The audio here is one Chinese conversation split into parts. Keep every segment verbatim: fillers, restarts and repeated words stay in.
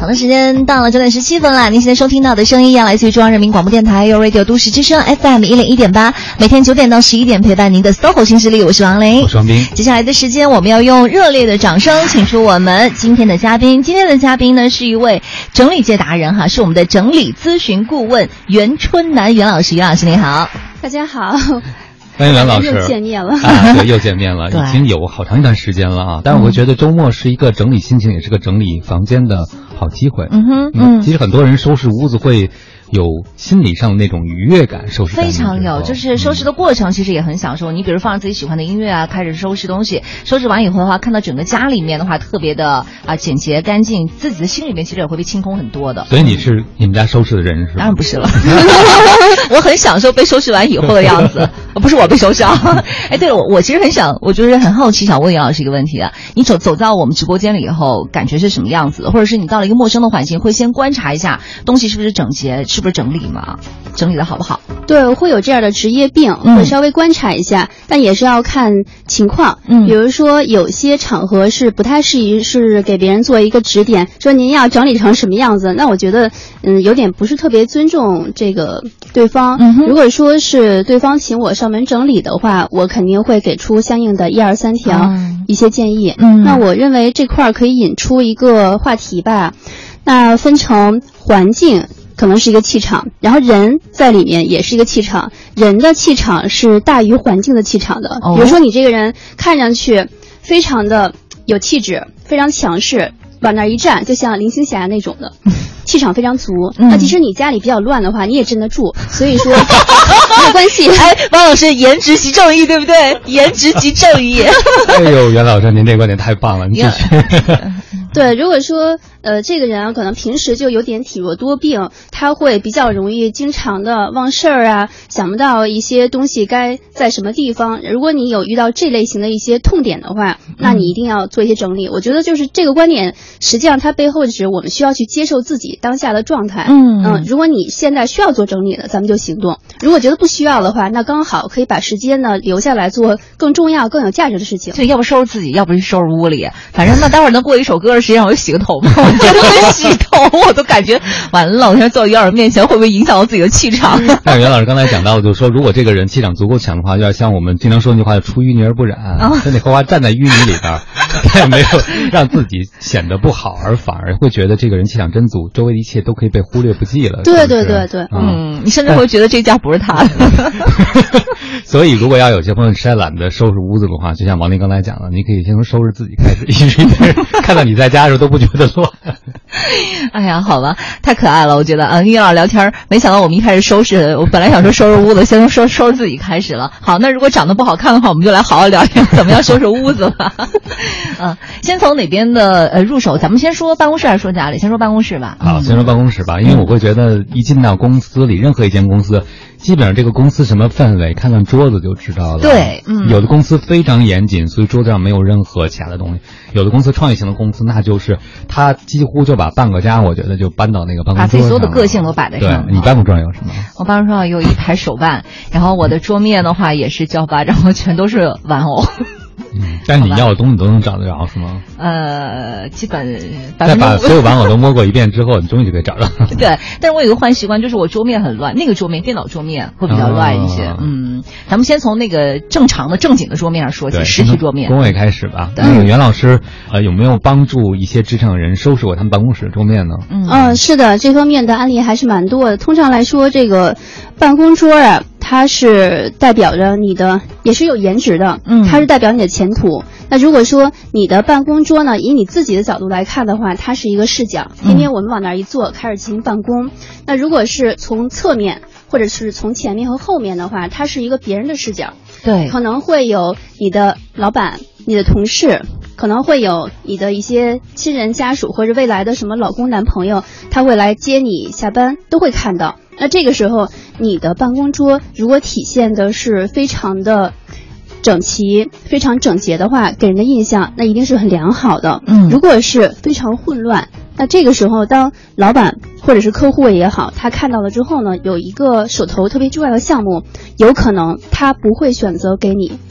的时间到了九点十七分了，您现在收听到的声音要来自于中央人民广播电台由 Radio 都市之声 F M 一零一点八，每天九点到十一点陪伴您的 S O H O 新势力，我是王琳， 我是王斌。 接下来的时间，我们要用热烈的掌声请出我们今天的嘉宾。今天的嘉宾呢是一位整理界达人哈，是我们的整理咨询顾问袁春楠袁老师。袁老师你好。 大家好。 欢迎袁老师， 又见面了啊！对，又见面了，已经有好长一段时间了啊。但是我觉得周末是一个整理心情，也是个整理房间的好机会。 嗯哼，嗯， 其实很多人收拾屋子会有心理上的那种愉悦感，收拾非常有，就是收拾的过程其实也很享受。嗯、你比如放上自己喜欢的音乐啊，开始收拾东西，收拾完以后的话，看到整个家里面的话特别的啊简洁干净，自己的心里面其实也会被清空很多的。 所以你是你们家收拾的人是吧？ 当然不是了，我很享受被收拾完以后的样子，不是我被收拾啊。哎，对了，我我其实很想，我就是很好奇，想问杨老师一个问题啊，你走走到我们直播间里以后，感觉是什么样子的？或者是你到了一个陌生的环境，会先观察一下东西是不是整洁，是不是整理吗？整理的好不好？ 对，我会有这样的职业病， 嗯、 会稍微观察一下，但也是要看情况。 嗯， 比如说有些场合是不太适宜是给别人做一个指点，说您要整理成什么样子，那我觉得嗯有点不是特别尊重这个对方。 嗯， 如果说是对方请我上门整理的话，我肯定会给出相应的一二三条、嗯、一些建议。 嗯， 那我认为这块可以引出一个话题吧，那分成环境。可能是一个气场，然后人在里面也是一个气场，人的气场是大于环境的气场的。 哦、 比如说你这个人看上去非常的有气质，非常强势，往那一站就像林青霞那种的，气场非常足。 嗯、 那其实你家里比较乱的话，你也镇得住，所以说没有关系。 哎，王老师，颜值即正义，对不对？颜值即正义。 哎呦，袁老师，您这观点太棒了，你继续。 对，如果说呃这个人啊，可能平时就有点体弱多病，他会比较容易经常的忘事儿啊，想不到一些东西该在什么地方。如果你有遇到这类型的一些痛点的话，那你一定要做一些整理。嗯、我觉得就是这个观点，实际上它背后是我们需要去接受自己当下的状态。 嗯嗯，如果你现在需要做整理的，咱们就行动；如果觉得不需要的话，那刚好可以把时间呢留下来做更重要、更有价值的事情。 对，要不收拾自己，要不是收拾屋里，反正那待会儿能过一首歌。实际上我就洗个头嘛，我觉得洗头我都感觉完了，我现在坐在袁老师面前会不会影响到自己的气场？ 但袁老师刚才讲到的就是说，如果这个人气场足够强的话，就要像我们经常说那句话，出淤泥而不染，就那荷花站在淤泥里边，他也没有让自己显得不好，而反而会觉得这个人气场真足，周围的一切都可以被忽略不计了。 对对对对， 嗯，你甚至会觉得这家不是他的。 所以如果要有些朋友实在懒得收拾屋子的话，就像王林刚才讲的，你可以先从收拾自己开始，因为看到你在家的时候都不觉得乱。 哎呀，好吧，太可爱了，我觉得啊，跟袁老师聊天，没想到我们一开始收拾，我本来想说收拾屋子，先从收收拾自己开始了。好，那如果长得不好看的话，我们就来好好聊聊怎么样收拾屋子吧。嗯，先从哪边的呃入手？咱们先说办公室还是说家里？先说办公室吧。 好，先说办公室吧，因为我会觉得一进到公司里，任何一间公司，基本上这个公司什么氛围，看看桌子就知道了。 对，嗯， 有的公司非常严谨，所以桌子上没有任何其他的东西。有的公司创业型的公司，那就是他几乎就把半个家，我觉得就搬到那个办公桌上， 把自己所有的个性都摆在上。 对，你办公桌上有什么？ 我办公桌上有一排手办，然后我的桌面的话也是胶巴，然后全都是玩偶。 嗯，但你要的东西都能找得着是吗？ 呃，基本在把所有玩偶都摸过一遍之后，你终于就可以找到。 对，但是我有一个坏习惯，就是我桌面很乱，那个桌面电脑桌面会比较乱一些。哦、嗯，咱们先从那个正常的正经的桌面上说起，实体桌面。 工位开始吧。那个袁老师，呃，有没有帮助一些职场人收拾过他们办公室的桌面呢？ 嗯、呃，是的，这方面的案例还是蛮多的。通常来说，这个办公桌啊，它是代表着你的，也是有颜值的，嗯，它是代表你的前途。那如果说你的办公桌呢，以你自己的角度来看的话，它是一个视角，天天我们往那儿一坐，开始进行办公。那如果是从侧面或者是从前面和后面的话，它是一个别人的视角， 对， 可能会有你的老板、你的同事，可能会有你的一些亲人家属或者未来的什么老公男朋友，他会来接你下班，都会看到。那这个时候你的办公桌如果体现的是非常的整齐、非常整洁的话，给人的印象那一定是很良好的。嗯，如果是非常混乱，那这个时候当老板或者是客户也好，他看到了之后呢，有一个手头特别重要的项目，有可能他不会选择给你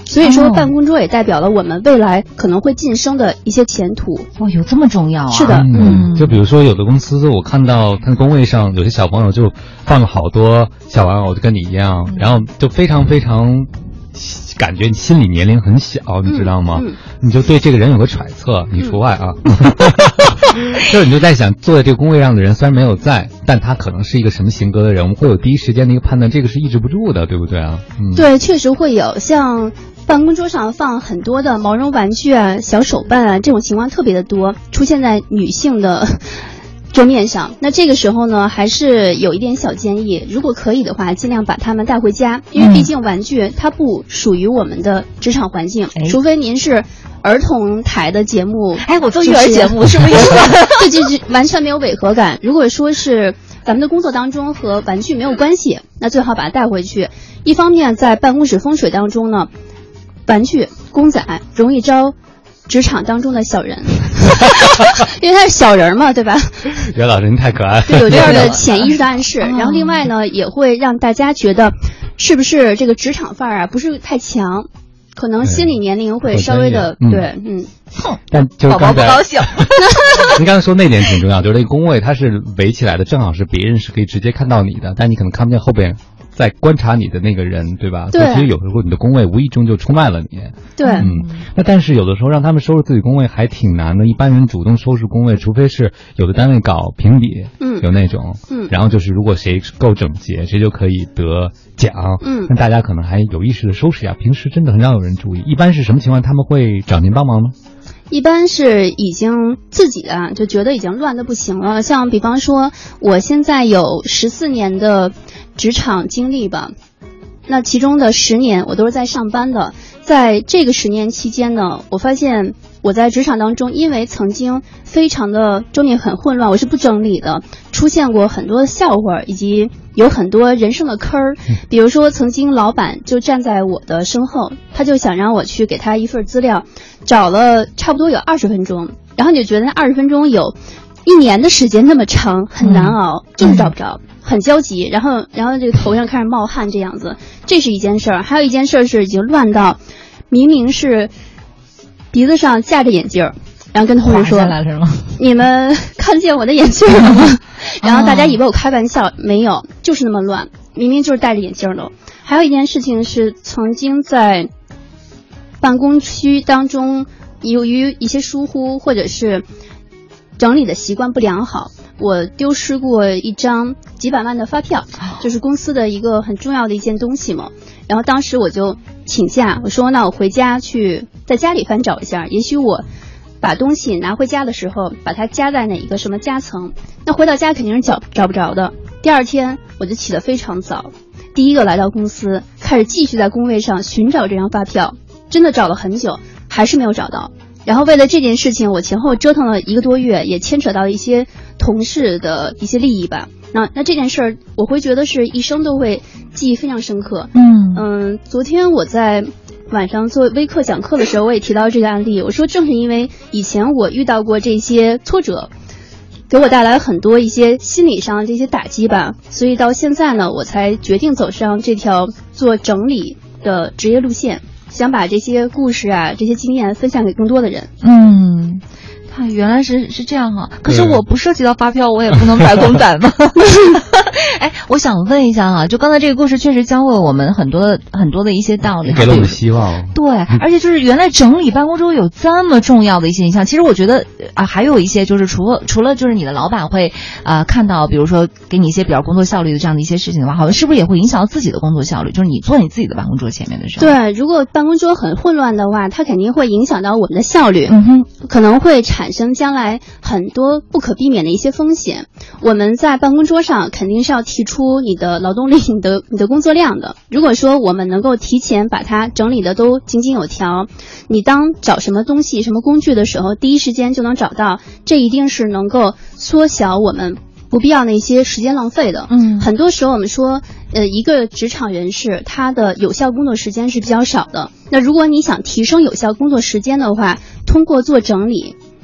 所以说办公桌也代表了我们未来可能会晋升的一些前途。 哦，有这么重要啊？ 是的， 嗯，就比如说有的公司，我看到他的工位上有些小朋友就放了好多小玩偶，就跟你一样，嗯、然后就非常非常。感觉你心理年龄很小，你知道吗？嗯嗯、你就对这个人有个揣测，你除外啊。嗯、就是你就在想，坐在这个工位上的人虽然没有在，但他可能是一个什么性格的人，我们会有第一时间的一个判断，这个是抑制不住的，对不对啊？嗯， 对，确实会有。像办公桌上放很多的毛绒玩具啊、小手办啊，这种情况特别的多，出现在女性的桌面上。那这个时候呢，还是有一点小建议，如果可以的话，尽量把它们带回家，因为毕竟玩具它不属于我们的职场环境，嗯、除非您是儿童台的节目。 哎，我做育儿节目是不是？ 这就是完全没有违和感。如果说是咱们的工作当中和玩具没有关系，那最好把它带回去。一方面，在办公室风水当中呢，玩具公仔容易招职场当中的小人，因为他是小人嘛，对吧？ 袁老师，您太可爱了， 对，有这样的潜意识的暗示。然后另外呢，也会让大家觉得，是不是这个职场范儿啊，不是太强，可能心理年龄会稍微的， 嗯、 对，嗯。 但就是宝宝不高兴。 您刚才说那点挺重要，就是这个工位它是围起来的，正好是别人是可以直接看到你的，但你可能看不见后边在观察你的那个人，对吧？ 对。 其实有时候你的工位无意中就出卖了你。 对。 嗯。那但是有的时候让他们收拾自己工位还挺难的，一般人主动收拾工位，除非是有的单位搞评比， 嗯， 有那种， 嗯， 然后就是如果谁够整洁，谁就可以得奖， 嗯， 那大家可能还有意识的收拾一下。平时真的很少有人注意。一般是什么情况他们会找您帮忙呢？ 一般是已经自己啊就觉得已经乱得不行了，像比方说我现在有十四年的职场经历吧，那其中的十年我都是在上班的。在这个十年期间呢，我发现我在职场当中，因为曾经非常的周面很混乱，我是不整理的，出现过很多的笑话，以及有很多人生的坑儿。比如说曾经老板就站在我的身后，他就想让我去给他一份资料，找了差不多有二十分钟，然后你就觉得那二十分钟有一年的时间那么长，很难熬，嗯、就是找不着，很焦急，然后然后这个头上开始冒汗这样子，这是一件事儿。还有一件事儿是已经乱到明明是鼻子上架着眼镜儿，然后跟同事说你们看见我的眼镜了吗？然后大家以为我开玩笑，没有，就是那么乱，明明就是戴着眼镜的。还有一件事情是曾经在办公区当中由于一些疏忽或者是整理的习惯不良好，我丢失过一张几百万的发票，就是公司的一个很重要的一件东西嘛。然后当时我就请假，我说那我回家去在家里翻找一下，也许我把东西拿回家的时候把它夹在哪一个什么夹层，那回到家肯定是找找不着的。第二天我就起得非常早，第一个来到公司，开始继续在工位上寻找这张发票，真的找了很久还是没有找到。然后为了这件事情，我前后折腾了一个多月，也牵扯到一些同事的一些利益吧。那那这件事儿，我会觉得是一生都会记忆非常深刻。 嗯嗯，昨天我在晚上做微课讲课的时候，我也提到这个案例。我说，正是因为以前我遇到过这些挫折，给我带来很多一些心理上的这些打击吧，所以到现在呢，我才决定走上这条做整理的职业路线。想把这些故事啊，这些经验分享给更多的人。 嗯，他原来是是这样哈、啊。可是我不涉及到发票，我也不能摆公仔吗？哎，我想问一下哈、啊，就刚才这个故事确实教会我们很多很多的一些道理， 给了我们希望。 对，而且就是原来整理办公桌有这么重要的一些影响。其实我觉得啊，还有一些就是除了除了就是你的老板会啊、呃、看到，比如说给你一些比较工作效率的这样的一些事情的话，好像是不是也会影响到自己的工作效率？就是你坐你自己的办公桌前面的时候。 对，如果办公桌很混乱的话，它肯定会影响到我们的效率， 嗯哼， 可能会产生将来很多不可避免的一些风险。我们在办公桌上肯定是要提出你的劳动力、你的你的工作量的。如果说我们能够提前把它整理的都井井有条，你当找什么东西、什么工具的时候，第一时间就能找到，这一定是能够缩小我们不必要的一些时间浪费的。 嗯， 很多时候我们说，呃，一个职场人士他的有效工作时间是比较少的。那如果你想提升有效工作时间的话，通过做整理，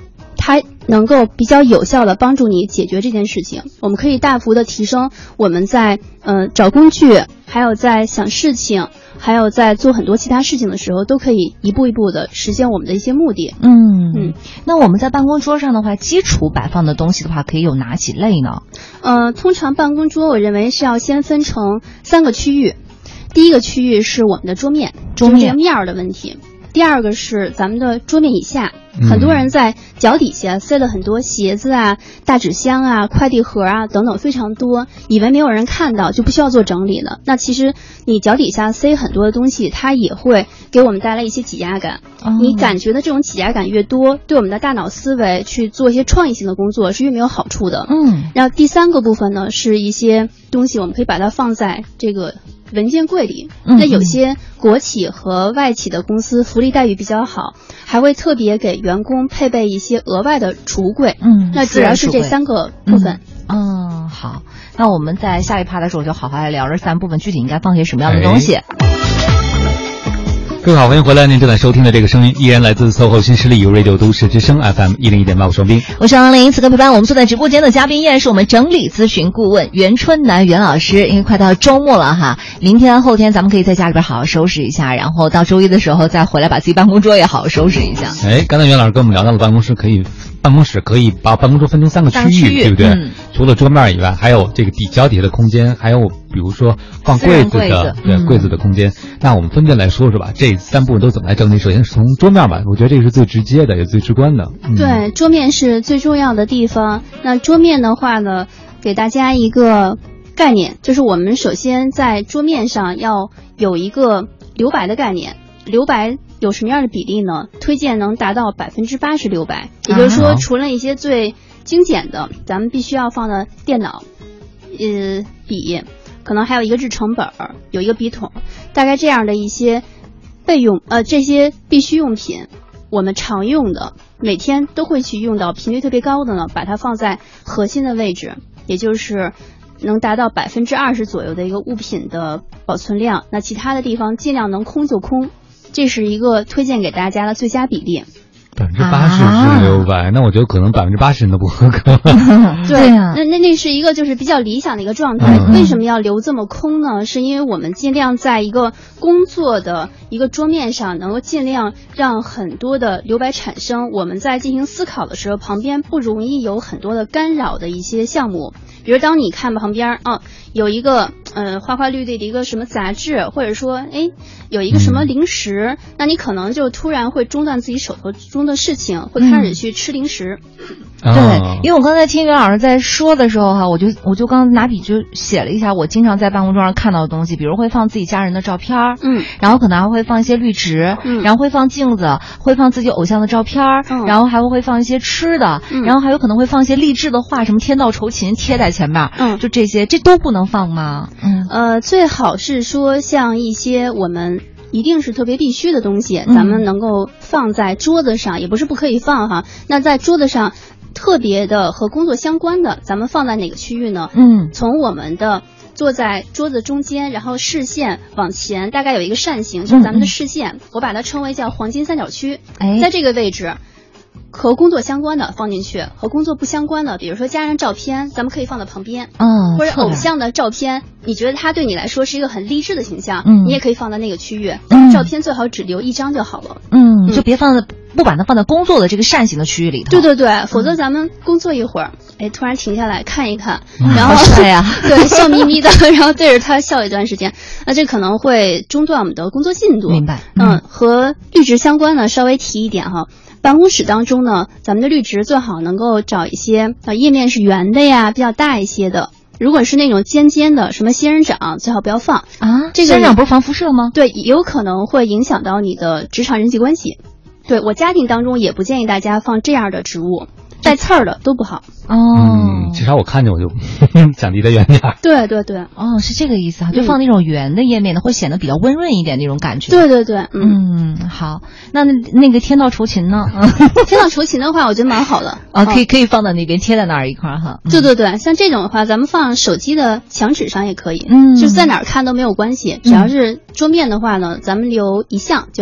它能够比较有效的帮助你解决这件事情。我们可以大幅的提升我们在呃找工具，还有在想事情，还有在做很多其他事情的时候，都可以一步一步的实现我们的一些目的。 嗯嗯， 那我们在办公桌上的话，基础摆放的东西的话，可以有哪几类呢？ 呃，通常办公桌我认为是要先分成三个区域。第一个区域是我们的桌面， 桌面就是这个面儿的问题。第二个是咱们的桌面以下，很多人在脚底下塞了很多鞋子啊、大纸箱啊、快递盒啊等等非常多，以为没有人看到就不需要做整理了。那其实你脚底下塞很多的东西，它也会给我们带来一些挤压感。 哦、 你感觉的这种挤压感越多，对我们的大脑思维去做一些创意性的工作是越没有好处的。 嗯， 然后第三个部分呢，是一些东西我们可以把它放在这个文件柜里。 嗯、 那有些国企和外企的公司福利待遇比较好，还会特别给员工配备一些额外的储物柜。 嗯， 那主要是这三个部分。 嗯，嗯好，那我们在下一趴的时候就好好来聊这三部分具体应该放些什么样的东西。哎各位好，欢迎回来！您正在收听的这个声音依然来自 S O H O 新势力 Radio 都市之声 F M 一零一点八，我是王斌， 我是王林。此刻陪伴我们坐在直播间的嘉宾依然是我们整理咨询顾问袁春楠袁老师。因为快到周末了哈，明天后天咱们可以在家里边好好收拾一下，然后到周一的时候再回来把自己办公桌也好好收拾一下。 哎，刚才袁老师跟我们聊到了办公室可以办公室可以把办公桌分成三个区域， 区域对不对？ 嗯、 除了桌面以外，还有这个底脚底下的空间，还有比如说放柜子的对、嗯、柜子的空间。那我们分别来说说吧，这三部分都怎么来整理？首先是从桌面吧，我觉得这个是最直接的，也最直观的。 嗯、对，桌面是最重要的地方。那桌面的话呢，给大家一个概念，就是我们首先在桌面上要有一个留白的概念。留白有什么样的比例呢？推荐能达到百分之八十留白，也就是说，除了一些最精简的，咱们必须要放的电脑、呃笔，可能还有一个日程本，有一个笔筒，大概这样的一些备用呃这些必需用品，我们常用的，每天都会去用到，频率特别高的呢，把它放在核心的位置，也就是能达到百分之二十左右的一个物品的保存量。那其他的地方尽量能空就空。这是一个推荐给大家的最佳比例。 百分之八十是留白，那我觉得可能百分之八十人都不合格。 对呀、啊，那那那是一个就是比较理想的一个状态。嗯、为什么要留这么空呢？是因为我们尽量在一个工作的一个桌面上，能够尽量让很多的留白产生。我们在进行思考的时候，旁边不容易有很多的干扰的一些项目。比如当你看旁边啊有一个呃花花绿绿的一个什么杂志，或者说哎有一个什么零食，嗯、那你可能就突然会中断自己手头中的事情，会开始去吃零食。 嗯、对，因为我刚才听袁老师在说的时候哈，我就我就刚拿笔就写了一下我经常在办公桌上看到的东西，比如会放自己家人的照片， 嗯， 然后可能还会放一些绿植， 嗯， 然后会放镜子，会放自己偶像的照片， 嗯， 然后还会放一些吃的， 嗯， 然后还有可能会放一些励志的话，什么天道酬勤贴在前面， 嗯， 就这些，这都不能放吗？嗯， 呃，最好是说像一些我们一定是特别必须的东西，咱们能够放在桌子上，嗯、也不是不可以放哈。那在桌子上特别的和工作相关的，咱们放在哪个区域呢？ 嗯， 从我们的坐在桌子中间，然后视线往前，大概有一个扇形，就是咱们的视线，嗯、我把它称为叫黄金三角区。 哎， 在这个位置。和工作相关的放进去，和工作不相关的，比如说家人照片，咱们可以放在旁边。 嗯， 或者偶像的照片，你觉得他对你来说是一个很励志的形象， 嗯， 你也可以放在那个区域。 嗯， 照片最好只留一张就好了。 嗯，就别放在不把它放在工作的这个扇形的区域里头。 对对对，否则咱们工作一会儿，哎，突然停下来看一看， 嗯、 然后对呀， 对，笑眯眯的，然后对着他笑一段时间，那这可能会中断我们的工作进度。 明白。 嗯，和绿植相关的稍微提一点哈。办公室当中呢，咱们的绿植最好能够找一些啊叶面是圆的呀，比较大一些的。如果是那种尖尖的，什么仙人掌，最好不要放啊。 这个仙人掌不是防辐射吗？ 对，有可能会影响到你的职场人际关系。对，我家庭当中也不建议大家放这样的植物，带刺儿的都不好。 哦， 嗯，至少我看见我就想离它远点。 对对对， 哦，是这个意思啊，就放那种圆的叶面的，会显得比较温润一点那种感觉。 对对对， 嗯，嗯好，那那个天道酬勤呢？ 天道酬勤的话，我觉得蛮好的啊，可以可以放在那边贴在那儿一块儿哈。 对对对，像这种的话，咱们放手机的墙纸上也可以， 嗯， 就是在哪儿看都没有关系，只要是桌面的话呢，咱们留一项就好。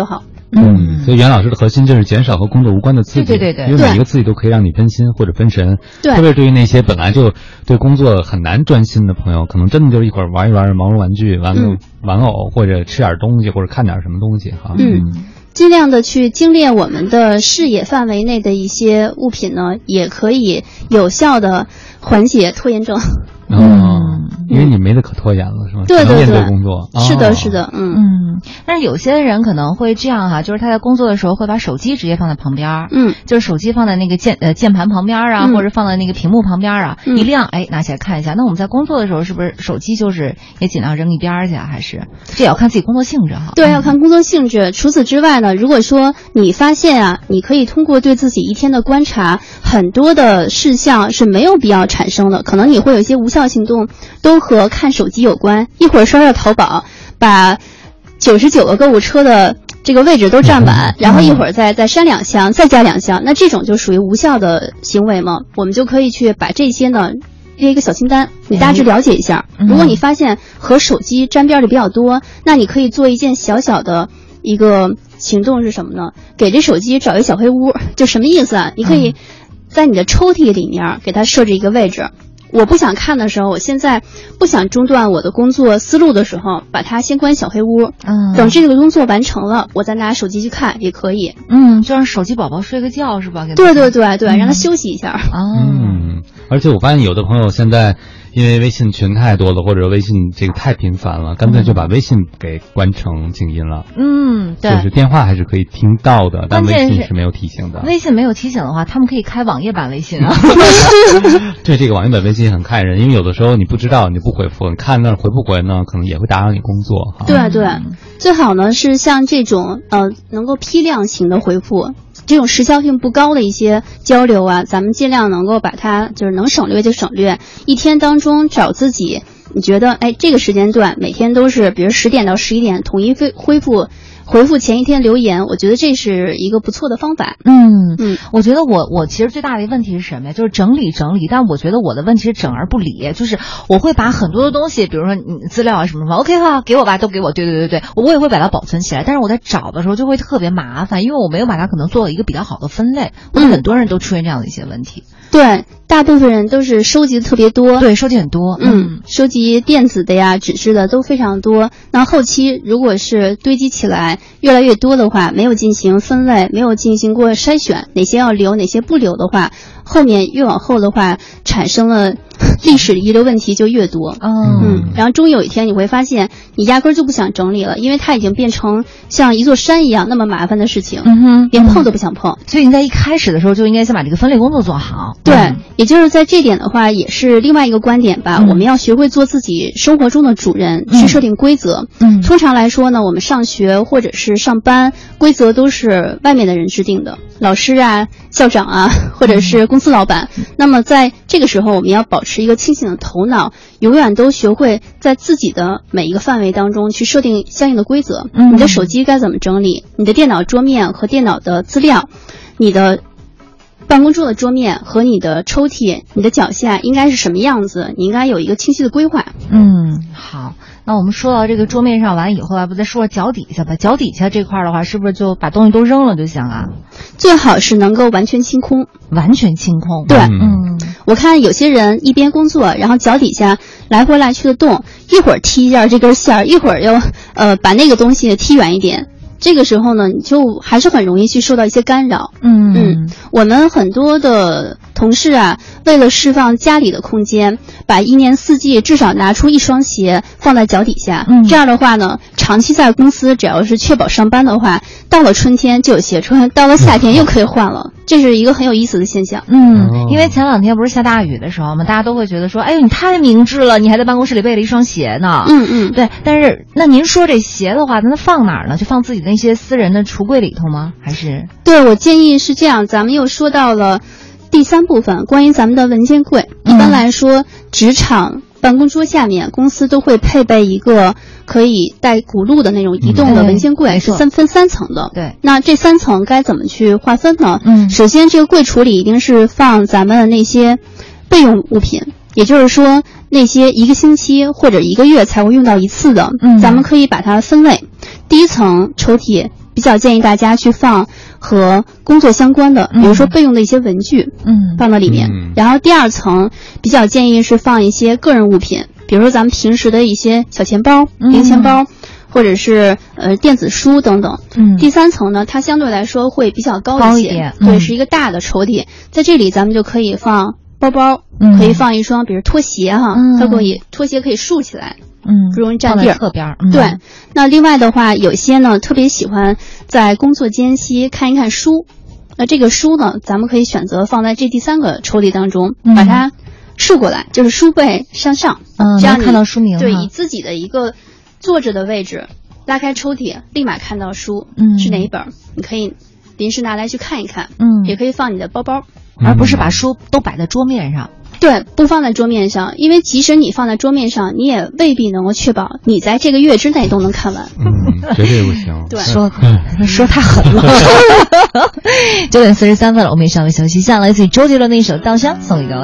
嗯，所以袁老师的核心就是减少和工作无关的刺激， 对对对对， 因为每一个刺激都可以让你分心或者分神， 对， 特别对于那些本来就对工作很难专心的朋友，可能真的就是一会儿玩一玩毛绒玩具、玩个玩偶，或者吃点东西，或者看点什么东西哈。 嗯，尽量的去精炼我们的视野范围内的一些物品呢，也可以有效的缓解拖延症。 嗯，因为你没得可拖延了，是吧？ 对对对， 面对工作， 是的，是的，嗯嗯。但是有些人可能会这样哈、啊，就是他在工作的时候会把手机直接放在旁边， 嗯， 就是手机放在那个键呃键盘旁边啊、嗯，或者放在那个屏幕旁边啊， 嗯、 一亮，哎，拿起来看一下。那我们在工作的时候，是不是手机就是也尽量扔一边去啊？还是这也要看自己工作性质哈？ 对，要看工作性质。除此之外呢，如果说你发现啊，你可以通过对自己一天的观察，很多的事项是没有必要产生的，可能你会有一些无效行动。都和看手机有关，一会儿刷刷淘宝，把九十九个购物车的这个位置都占满，然后一会儿再再删两箱，再加两箱，那这种就属于无效的行为嘛？我们就可以去把这些呢列一个小清单，你大致了解一下。如果你发现和手机沾边的比较多，那你可以做一件小小的一个行动是什么呢？给这手机找一个小黑屋，就什么意思啊？你可以在你的抽屉里面给它设置一个位置。我不想看的时候，我现在不想中断我的工作思路的时候，把它先关小黑屋。嗯，等这个工作完成了，我再拿手机去看也可以。 嗯，就让手机宝宝睡个觉是吧？ 对对对对，嗯、让他休息一下。 嗯，而且我发现有的朋友现在因为微信群太多了，或者微信这个太频繁了，干脆就把微信给关成静音了。 嗯，对， 就是电话还是可以听到的，但微信是没有提醒的。 微信没有提醒的话，他们可以开网页版微信啊。 对，这个网页版微信很看人，因为有的时候你不知道，你不回复，你看那回不回呢，可能也会打扰你工作。 对对，最好呢是像这种呃能够批量型的回复。这种时效性不高的一些交流啊，咱们尽量能够把它就是能省略就省略。一天当中找自己，你觉得哎这个时间段每天都是，比如十点到十一点统一恢恢复回复前一天留言，我觉得这是一个不错的方法。 嗯嗯，我觉得我我其实最大的问题是什么呀？就是整理整理，但我觉得我的问题是整而不理，就是我会把很多的东西，比如说你资料啊什么什么 ，OK 哈，给我吧，都给我，对对对对，我也会把它保存起来，但是我在找的时候就会特别麻烦，因为我没有把它可能做一个比较好的分类，我很多人都出现这样的一些问题。 对，大部分人都是收集的特别多， 对，收集很多， 嗯，收集电子的呀、纸质的都非常多。那后期如果是堆积起来越来越多的话，没有进行分类，没有进行过筛选，哪些要留，哪些不留的话，后面越往后的话，产生了历史遗留问题就越多。 嗯嗯，然后终于有一天你会发现，你压根儿就不想整理了，因为它已经变成像一座山一样那么麻烦的事情， 嗯哼， 连碰都不想碰。 所以你在一开始的时候就应该先把这个分类工作做好。 对， 嗯、 也就是在这点的话，也是另外一个观点吧。嗯、我们要学会做自己生活中的主人，去设定规则。 嗯， 通常来说呢，我们上学或者是上班，规则都是外面的人制定的，老师啊、校长啊，或者是公司老板。嗯、那么在这个时候，我们要保持一个清醒的头脑，永远都学会在自己的每一个范围当中去设定相应的规则。 嗯， 你的手机该怎么整理？你的电脑桌面和电脑的资料，你的办公桌的桌面和你的抽屉，你的脚下应该是什么样子？你应该有一个清晰的规划。 嗯，好。那我们说到这个桌面上完以后啊，不再说说脚底下吧。脚底下这块的话，是不是就把东西都扔了就行啊？ 最好是能够完全清空。 完全清空。 对， 嗯， 我看有些人一边工作，然后脚底下来回来去的动，一会儿踢一下这根线儿，一会儿又呃把那个东西踢远一点。这个时候呢，你就还是很容易去受到一些干扰。 嗯嗯，我们很多的同事啊，为了释放家里的空间，把一年四季至少拿出一双鞋放在脚底下。 嗯， 这样的话呢，长期在公司只要是确保上班的话，到了春天就有鞋穿，到了夏天又可以换了。这是一个很有意思的现象。 嗯，因为前两天不是下大雨的时候嘛，大家都会觉得说，哎呦，你太明智了，你还在办公室里备了一双鞋呢。 嗯嗯， 对。但是那您说这鞋的话，那放哪儿呢？就放自己的那些私人的橱柜里头吗？还是？ 对，我建议是这样。咱们又说到了第三部分，关于咱们的文件柜。一般来说，职场办公桌下面，公司都会配备一个可以带轱辘的那种移动的文件柜，嗯、是三分三层的。 对， 那这三层该怎么去划分呢？ 嗯， 首先这个柜橱里一定是放咱们那些备用物品，也就是说那些一个星期或者一个月才会用到一次的， 嗯， 咱们可以把它分类。第一层抽屉比较建议大家去放和工作相关的，比如说备用的一些文具， 嗯， 放到里面。 嗯、 然后第二层比较建议是放一些个人物品，比如说咱们平时的一些小钱包、 嗯、 零钱包，或者是呃电子书等等。 嗯， 第三层呢，它相对来说会比较高一些， 高一点对， 嗯、 是一个大的抽屉，在这里咱们就可以放包包， 嗯、 可以放一双，比如拖鞋哈， 嗯、 它可以拖鞋可以竖起来。 嗯， 不容易占地儿。 侧边、嗯， 对。那另外的话，有些呢特别喜欢在工作间隙看一看书，那这个书呢，咱们可以选择放在这第三个抽屉当中， 嗯、 把它竖过来，就是书背向上， 嗯， 这样看到书名。 对，以自己的一个坐着的位置拉开抽屉，立马看到书， 嗯， 是哪一本，你可以临时拿来去看一看， 嗯， 也可以放你的包包， 而不是把书都摆在桌面上。 对，不放在桌面上，因为即使你放在桌面上，你也未必能够确保你在这个月之内都能看完。 嗯，绝对不行。 对， 说说太狠了。九点四十三分了，我们也稍微休息一下，来自于周杰伦的一首《稻香》送给各位。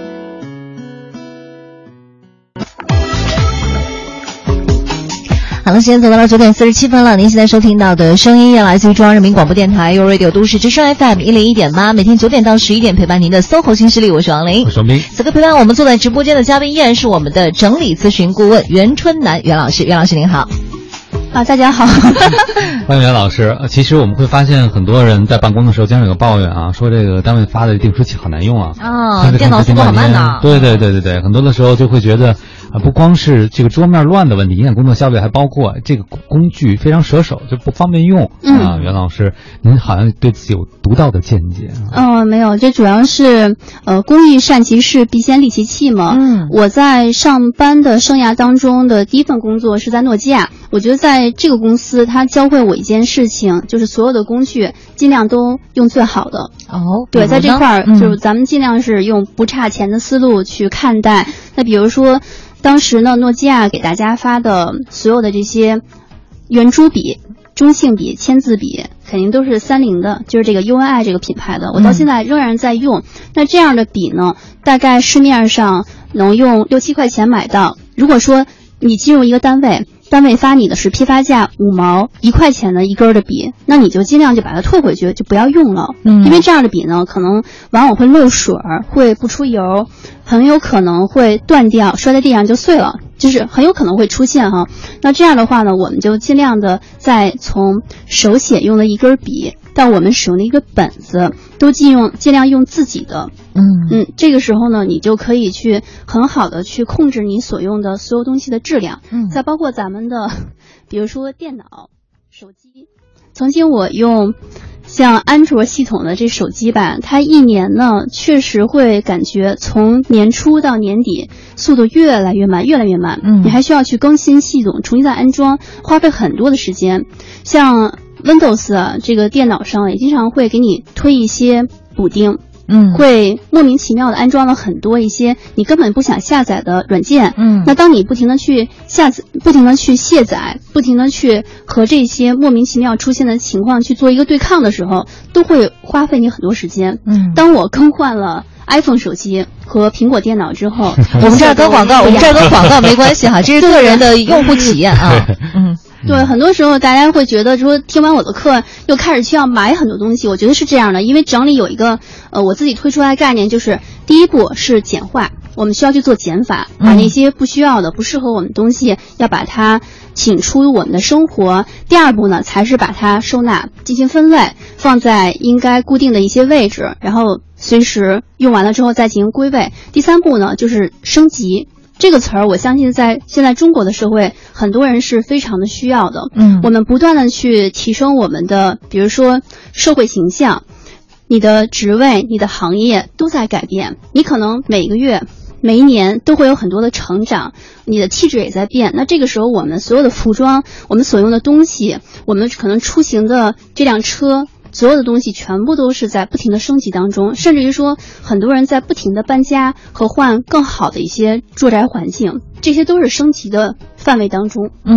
好了，时间走到了九点四十七分了。您现在收听到的声音来自于中央人民广播电台 You Radio 都市之声 F M 一零一点八，每天九点到十一点陪伴您的 S O H O 新势力，我是王琳， 我是王斌。 此刻陪伴我们坐在直播间的嘉宾依然是我们的整理咨询顾问袁春楠袁老师，袁老师您好。 啊，大家好。 欢迎袁老师。其实我们会发现很多人在办公的时候经常有个抱怨啊，说这个单位发的订书器好难用啊， 啊、哦，电脑速度好慢呐。 对对对对对，很多的时候就会觉得啊，不光是这个桌面乱的问题影响工作效率，还包括这个工具非常舍手，就不方便用、 嗯、 啊。袁老师，您好像对自己有独到的见解啊。 哦，没有，这主要是呃，工欲善其事，必先利其器嘛。 嗯， 我在上班的生涯当中的第一份工作是在诺基亚，我觉得在这个公司，它教会我一件事情，就是所有的工具尽量都用最好的。 哦， 对，在这块儿、 嗯、 就是咱们尽量是用不差钱的思路去看待。那比如说，当时呢，诺基亚给大家发的所有的这些圆珠笔、中性笔、签字笔，肯定都是三菱的，就是这个 U N I 这个品牌的，我到现在仍然在用。嗯、那这样的笔呢，大概市面上能用六七块钱买到。如果说你进入一个单位，单位发你的是批发价五毛一块钱的一根的笔，那你就尽量就把它退回去，就不要用了。 嗯， 因为这样的笔呢，可能往往会漏水，会不出油，很有可能会断掉，摔在地上就碎了，就是很有可能会出现哈。那这样的话呢，我们就尽量的在从手写用的一根笔到我们使用的一个本子，都尽用尽量用自己的。 嗯嗯，这个时候呢，你就可以去很好的去控制你所用的所有东西的质量。 嗯， 再包括咱们的，比如说电脑、手机。曾经我用像安卓系统的这手机吧，它一年呢确实会感觉从年初到年底速度越来越慢，越来越慢。 嗯， 你还需要去更新系统，重新再安装，花费很多的时间。像 Windows 啊，这个电脑上也经常会给你推一些补丁。 嗯， 会莫名其妙的安装了很多一些你根本不想下载的软件。 嗯， 那当你不停的去下载、不停的去卸载、不停的去和这些莫名其妙出现的情况去做一个对抗的时候，都会花费你很多时间。 嗯， 当我更换了 iPhone 手机和苹果电脑之后， 我们这儿跟广告，我们这儿跟广告没关系哈，这是个人的用户体验啊。嗯。 对，很多时候大家会觉得说听完我的课又开始需要买很多东西，我觉得是这样的，因为整理有一个呃我自己推出来的概念，就是第一步是简化，我们需要去做减法，把那些不需要的、不适合我们的东西要把它请出我们的生活。第二步呢，才是把它收纳、进行分类，放在应该固定的一些位置，然后随时用完了之后再进行归位。第三步呢，就是升级。这个词儿，我相信在现在中国的社会，很多人是非常的需要的。 嗯， 我们不断的去提升我们的，比如说社会形象，你的职位、你的行业都在改变，你可能每个月、每一年都会有很多的成长，你的气质也在变。那这个时候，我们所有的服装、我们所用的东西、我们可能出行的这辆车。所有的东西全部都是在不停的升级当中，甚至于说很多人在不停的搬家和换更好的一些住宅环境，这些都是升级的范围当中。 嗯，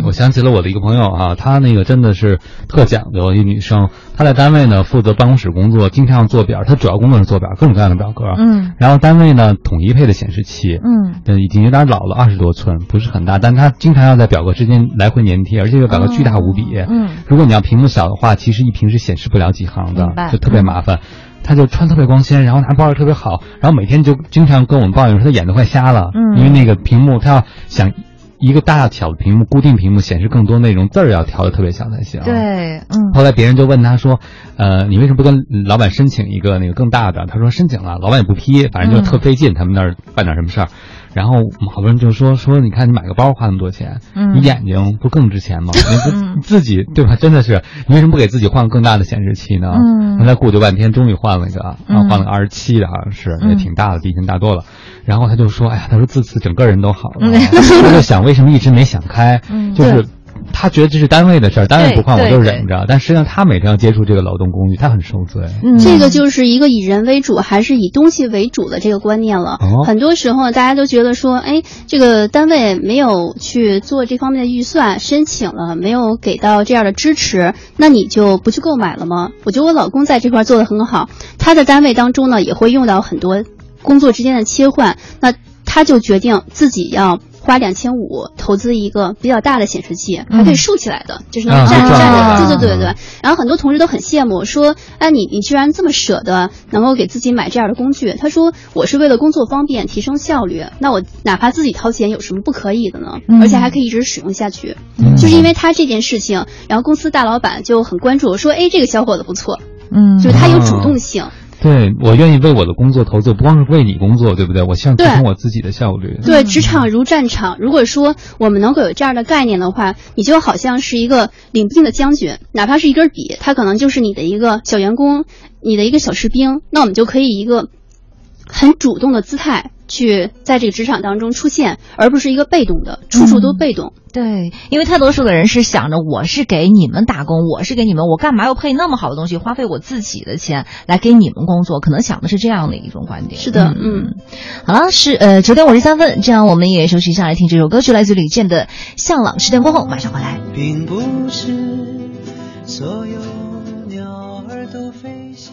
我想起了我的一个朋友啊，她那个真的是特讲究，一女生，她在单位呢负责办公室工作，经常做表，她主要工作是做表，各种各样的表格。 嗯， 然后单位呢统一配的显示器， 嗯， 已经有点老了，二十多寸，不是很大，但她经常要在表格之间来回粘贴，而且这个表格巨大无比。 嗯， 如果你要屏幕小的话，其实一屏是显示不了几行的，就特别麻烦。嗯，他就穿特别光鲜，然后拿包特别好，然后每天就经常跟我们抱怨说他眼都快瞎了，嗯，因为那个屏幕他要想一个大小的屏幕固定屏幕显示更多内容，字儿要调的特别小才行。 对，嗯。 后来别人就问他说，呃，你为什么不跟老板申请一个那个更大的？他说申请了，老板也不批，反正就特费劲，嗯，他们那儿办点什么事儿。然后我们好多人就说说，你看你买个包花那么多钱，嗯，你眼睛不更值钱吗？你不你自己对吧？真的是，你为什么不给自己换更大的显示器呢？嗯，后来顾究半天，终于换了一个，啊，换了个二十七的，好像是，也挺大的，比以前大多了。然后他就说，哎呀，他说自此整个人都好了。嗯，他就想为什么一直没想开，嗯，就是。他觉得这是单位的事儿，单位不换我就忍着，但实际上他每天要接触这个劳动工具，他很受罪。 嗯，这个就是一个以人为主还是以东西为主的这个观念了。哦，很多时候大家都觉得说，哎，这个单位没有去做这方面的预算，申请了没有给到这样的支持，那你就不去购买了吗？我觉得我老公在这块做得很好，他的单位当中呢也会用到很多工作之间的切换，那他就决定自己要花两千五投资一个比较大的显示器，还可以竖起来的，嗯，就是能站着站着，对对对对对。然后很多同事都很羡慕，说，哎，你你居然这么舍得，能够给自己买这样的工具。他说，我是为了工作方便，提升效率，那我哪怕自己掏钱，有什么不可以的呢？嗯，而且还可以一直使用下去。嗯，就是因为他这件事情，然后公司大老板就很关注，说，哎，这个小伙子不错，嗯，就是他有主动性。哦， 对，我愿意为我的工作投资，不光是为你工作，对不对？我希望提升我自己的效率。 对，职场如战场。如果说我们能够有这样的概念的话，你就好像是一个领兵的将军，哪怕是一根笔，他可能就是你的一个小员工，你的一个小士兵，那我们就可以一个很主动的姿态去在这个职场当中出现，而不是一个被动的，处处都被动。 嗯，对，因为太多数的人是想着我是给你们打工，我是给你们，我干嘛要配那么好的东西，花费我自己的钱来给你们工作？可能想的是这样的一种观点。 是的，嗯， 嗯好了，是呃九点五十三分，这样我们也休息一下，来听这首歌曲，来自李健的《向往》。十点过后马上回来。 并不是所有鸟儿都飞翔。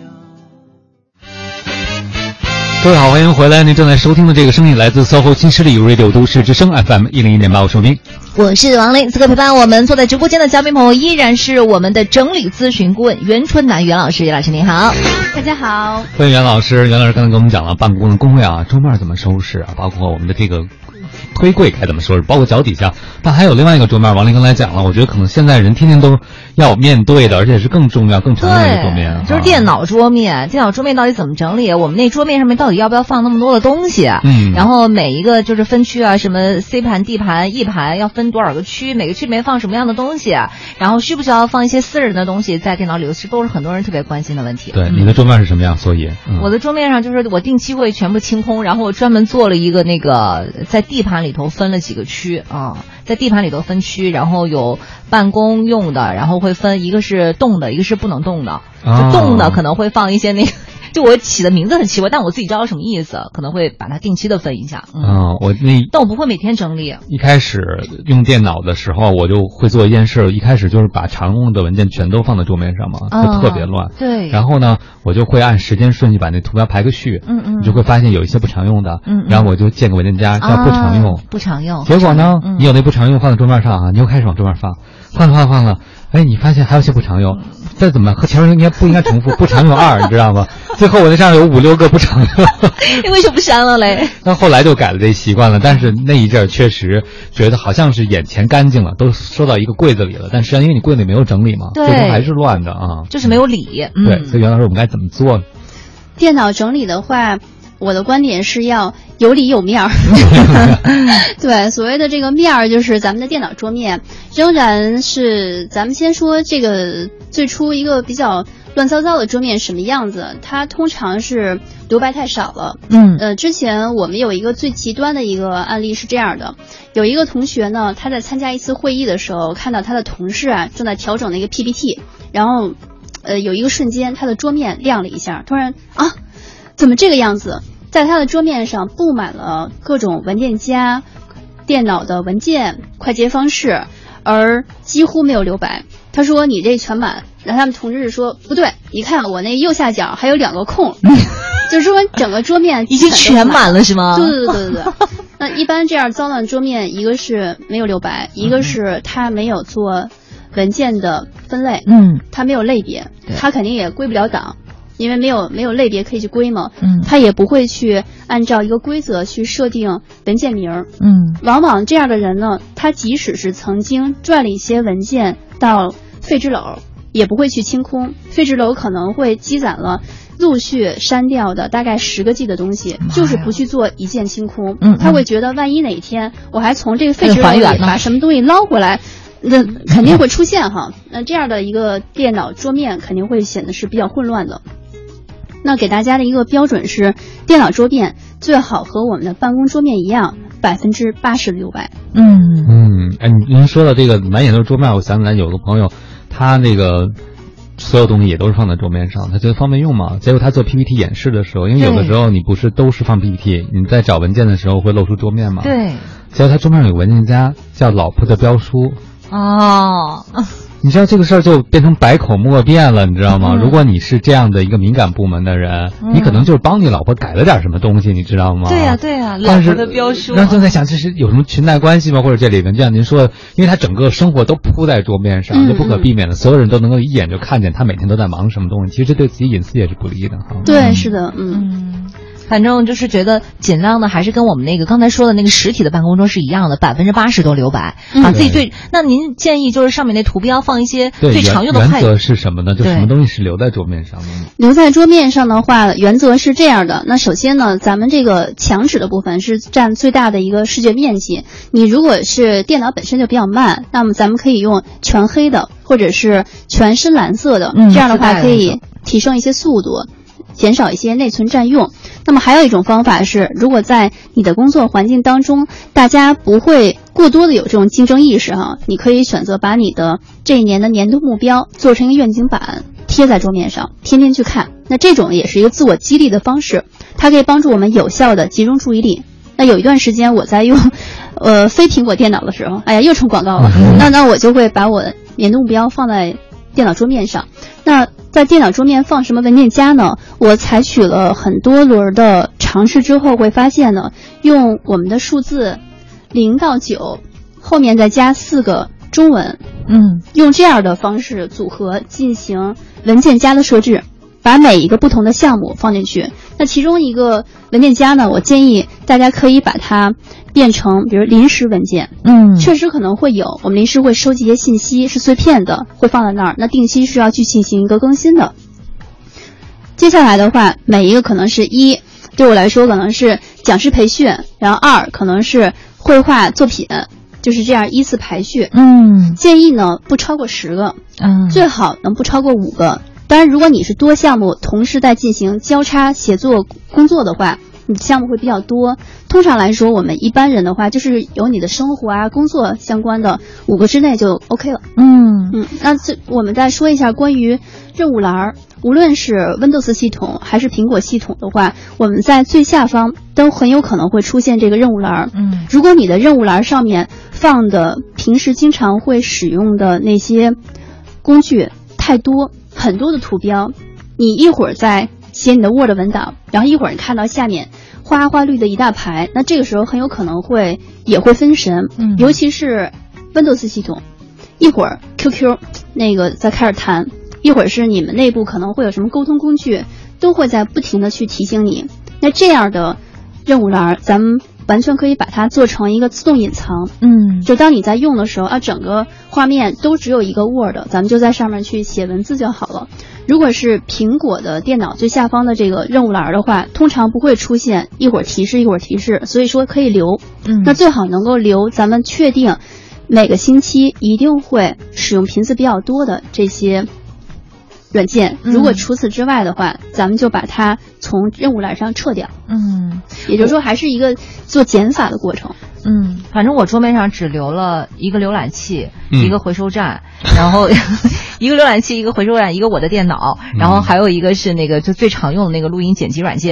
各位好，欢迎回来。您正在收听的这个声音来自 S O H O 新势力 Radio 都市之声 F M 一零一点八，我是明。 我是王琳。此刻陪伴我们坐在直播间的嘉宾朋友依然是我们的整理咨询顾问袁春楠袁老师。袁老师您好。 大家好。 欢迎袁老师。袁老师刚才跟我们讲了办公的工位啊，桌面怎么收拾啊，包括我们的这个推柜该怎么收拾，包括脚底下。但还有另外一个桌面，王琳刚才讲了，我觉得可能现在人天天都要面对的，而且是更重要更常用的桌面， 就是电脑桌面。电脑桌面到底怎么整理？我们那桌面上面到底要不要放那么多的东西？嗯，然后每一个就是分区啊，什么 C 盘、D 盘、E 盘要分多少个区，每个区里面放什么样的东西，然后需不需要放一些私人的东西在电脑里，其实都是很多人特别关心的问题。 对，你的桌面是什么样？所以、 嗯、我的桌面上就是我定期会全部清空，然后我专门做了一个那个在 D 盘里头分了几个区啊，在 D 盘里头分区，然后有办公用的，然后会分一个是动的，一个是不能动的。就动的可能会放一些那个，就我起的名字很奇怪，但我自己知道什么意思，可能会把它定期的分一下。嗯， 哦、我那但我不会每天整理。 一开始用电脑的时候，我就会做一件事，一开始就是把常用的文件全都放在桌面上嘛，就特别乱。 对。 然后呢，我就会按时间顺序把那图标排个序。嗯嗯。你就会发现有一些不常用的。嗯, 嗯。然后我就建个文件夹叫不常用。啊、 不常用。 结果呢、 嗯， 你有那不常用放在桌面上啊，你又开始往桌面放，放了放了放了，哎，你发现还有些不常用，再怎么和前面应该不应该重复？不常用二，你知道吗？最后我那上有五六个不常用。 你为什么不删了嘞？ 那后来就改了这习惯了，但是那一阵儿确实觉得好像是眼前干净了，都收到一个柜子里了，但实际上因为你柜子里没有整理嘛，最终还是乱的啊， 就是没有理。嗯、 对，所以袁老师我们该怎么做？ 电脑整理的话，我的观点是要有理有面儿。对，所谓的这个面儿就是咱们的电脑桌面，仍然是咱们先说这个最初一个比较乱糟糟的桌面什么样子，它通常是留白太少了。嗯，呃，之前我们有一个最极端的一个案例是这样的，有一个同学呢，他在参加一次会议的时候，看到他的同事啊正在调整那个 P P T， 然后呃有一个瞬间他的桌面亮了一下，突然啊怎么这个样子？在他的桌面上布满了各种文件夹、电脑的文件、快捷方式， 而几乎没有留白。他说你这全满，然后他们同事说不对，你看我那右下角还有两个空，就是说整个桌面已经全满了是吗？ 对对对对对。那一般这样脏乱桌面，一个是没有留白，一个是他没有做文件的分类， 嗯， 他没有类别，他肯定也归不了档。因为没有没有类别可以去归嘛， 嗯， 他也不会去按照一个规则去设定文件名儿， 嗯， 往往这样的人呢，他即使是曾经转了一些文件到废纸篓，也不会去清空，废纸篓可能会积攒了陆续删掉的大概十个 G 的东西，就是不去做一键清空， 嗯， 他会觉得万一哪一天我还从这个废纸篓里把什么东西捞回来。那肯定会出现哈，那这样的一个电脑桌面肯定会显得是比较混乱的。那给大家的一个标准是，电脑桌面最好和我们的办公桌面一样，百分之八十的留白。 嗯嗯，哎，您说的这个满眼都是桌面，我想起来有个朋友，他那个所有东西也都是放在桌面上，他觉得方便用嘛。结果他做 P P T 演示的时候，因为有的时候你不是都是放 P P T， 你在找文件的时候会露出桌面嘛。 对。 结果他桌面上有文件夹，叫老婆的标书。 哦。 你知道这个事儿就变成百口莫辩了，你知道吗？ 嗯、 如果你是这样的一个敏感部门的人，嗯、你可能就是帮你老婆改了点什么东西，你知道吗？ 对呀、啊、对呀、啊，老婆的标书。 那正在想这是有什么裙带关系吗？或者这里面就像您说的，因为他整个生活都铺在桌面上， 嗯、 就不可避免的，所有人都能够一眼就看见他每天都在忙什么东西。其实这对自己隐私也是不利的哈。 对，是的，嗯。 嗯反正就是觉得尽量的还是跟我们那个刚才说的那个实体的办公桌是一样的，百分之八十都留白，把自己最。那您建议就是上面那图标放一些最常用的原则是什么呢？就什么东西是留在桌面上的？ 留在桌面上的话，原则是这样的。那首先呢，咱们这个墙纸的部分是占最大的一个视觉面积。你如果是电脑本身就比较慢，那么咱们可以用全黑的或者是全深蓝色的， 嗯、 这样的话可以提升一些速度。减少一些内存占用。那么还有一种方法是，如果在你的工作环境当中，大家不会过多的有这种竞争意识哈，你可以选择把你的这一年的年度目标做成一个愿景板，贴在桌面上，天天去看。那这种也是一个自我激励的方式，它可以帮助我们有效的集中注意力。那有一段时间我在用，呃，非苹果电脑的时候，哎呀，又成广告了。那那我就会把我年度目标放在电脑桌面上。那在电脑桌面放什么文件夹呢？我采取了很多轮的尝试之后，会发现呢，用我们的数字零到九，后面再加四个中文， 嗯， 用这样的方式组合进行文件夹的设置，把每一个不同的项目放进去。那其中一个文件夹呢，我建议大家可以把它变成比如临时文件。 嗯， 确实可能会有，我们临时会收集一些信息，是碎片的，会放在那儿，那定期是要去进行一个更新的。接下来的话，每一个可能是一，对我来说可能是讲师培训，然后二可能是绘画作品，就是这样依次排序。 嗯， 建议呢不超过十个， 嗯， 最好能不超过五个。当然，如果你是多项目同时在进行交叉协作工作的话，你项目会比较多。通常来说，我们一般人的话，就是有你的生活啊、工作相关的，五个之内就 OK 了。 嗯嗯，那这我们再说一下关于任务栏儿，无论是 Windows 系统还是苹果系统的话，我们在最下方都很有可能会出现这个任务栏儿。 嗯， 如果你的任务栏上面放的平时经常会使用的那些工具太多，很多的图标，你一会儿在写你的 Word 文档，然后一会儿你看到下面花花绿的一大排，那这个时候很有可能会也会分神。 嗯， 尤其是 Windows 系统，一会儿 Q Q 那个在开始弹，一会儿是你们内部可能会有什么沟通工具，都会在不停的去提醒你。那这样的任务栏，咱们完全可以把它做成一个自动隐藏。 嗯， 就当你在用的时候啊，整个画面都只有一个 Word， 咱们就在上面去写文字就好了。如果是苹果的电脑最下方的这个任务栏的话，通常不会出现一会儿提示一会儿提示，所以说可以留。 嗯， 那最好能够留咱们确定每个星期一定会使用频次比较多的这些软件。如果除此之外的话，嗯，咱们就把它从任务栏上撤掉。 嗯， 也就是说还是一个做减法的过程。 嗯，反正我桌面上只留了一个浏览器， 嗯， 一个回收站，然后一个浏览器，一个回收站，一个我的电脑，然后还有一个是那个就最常用的那个录音剪辑软件。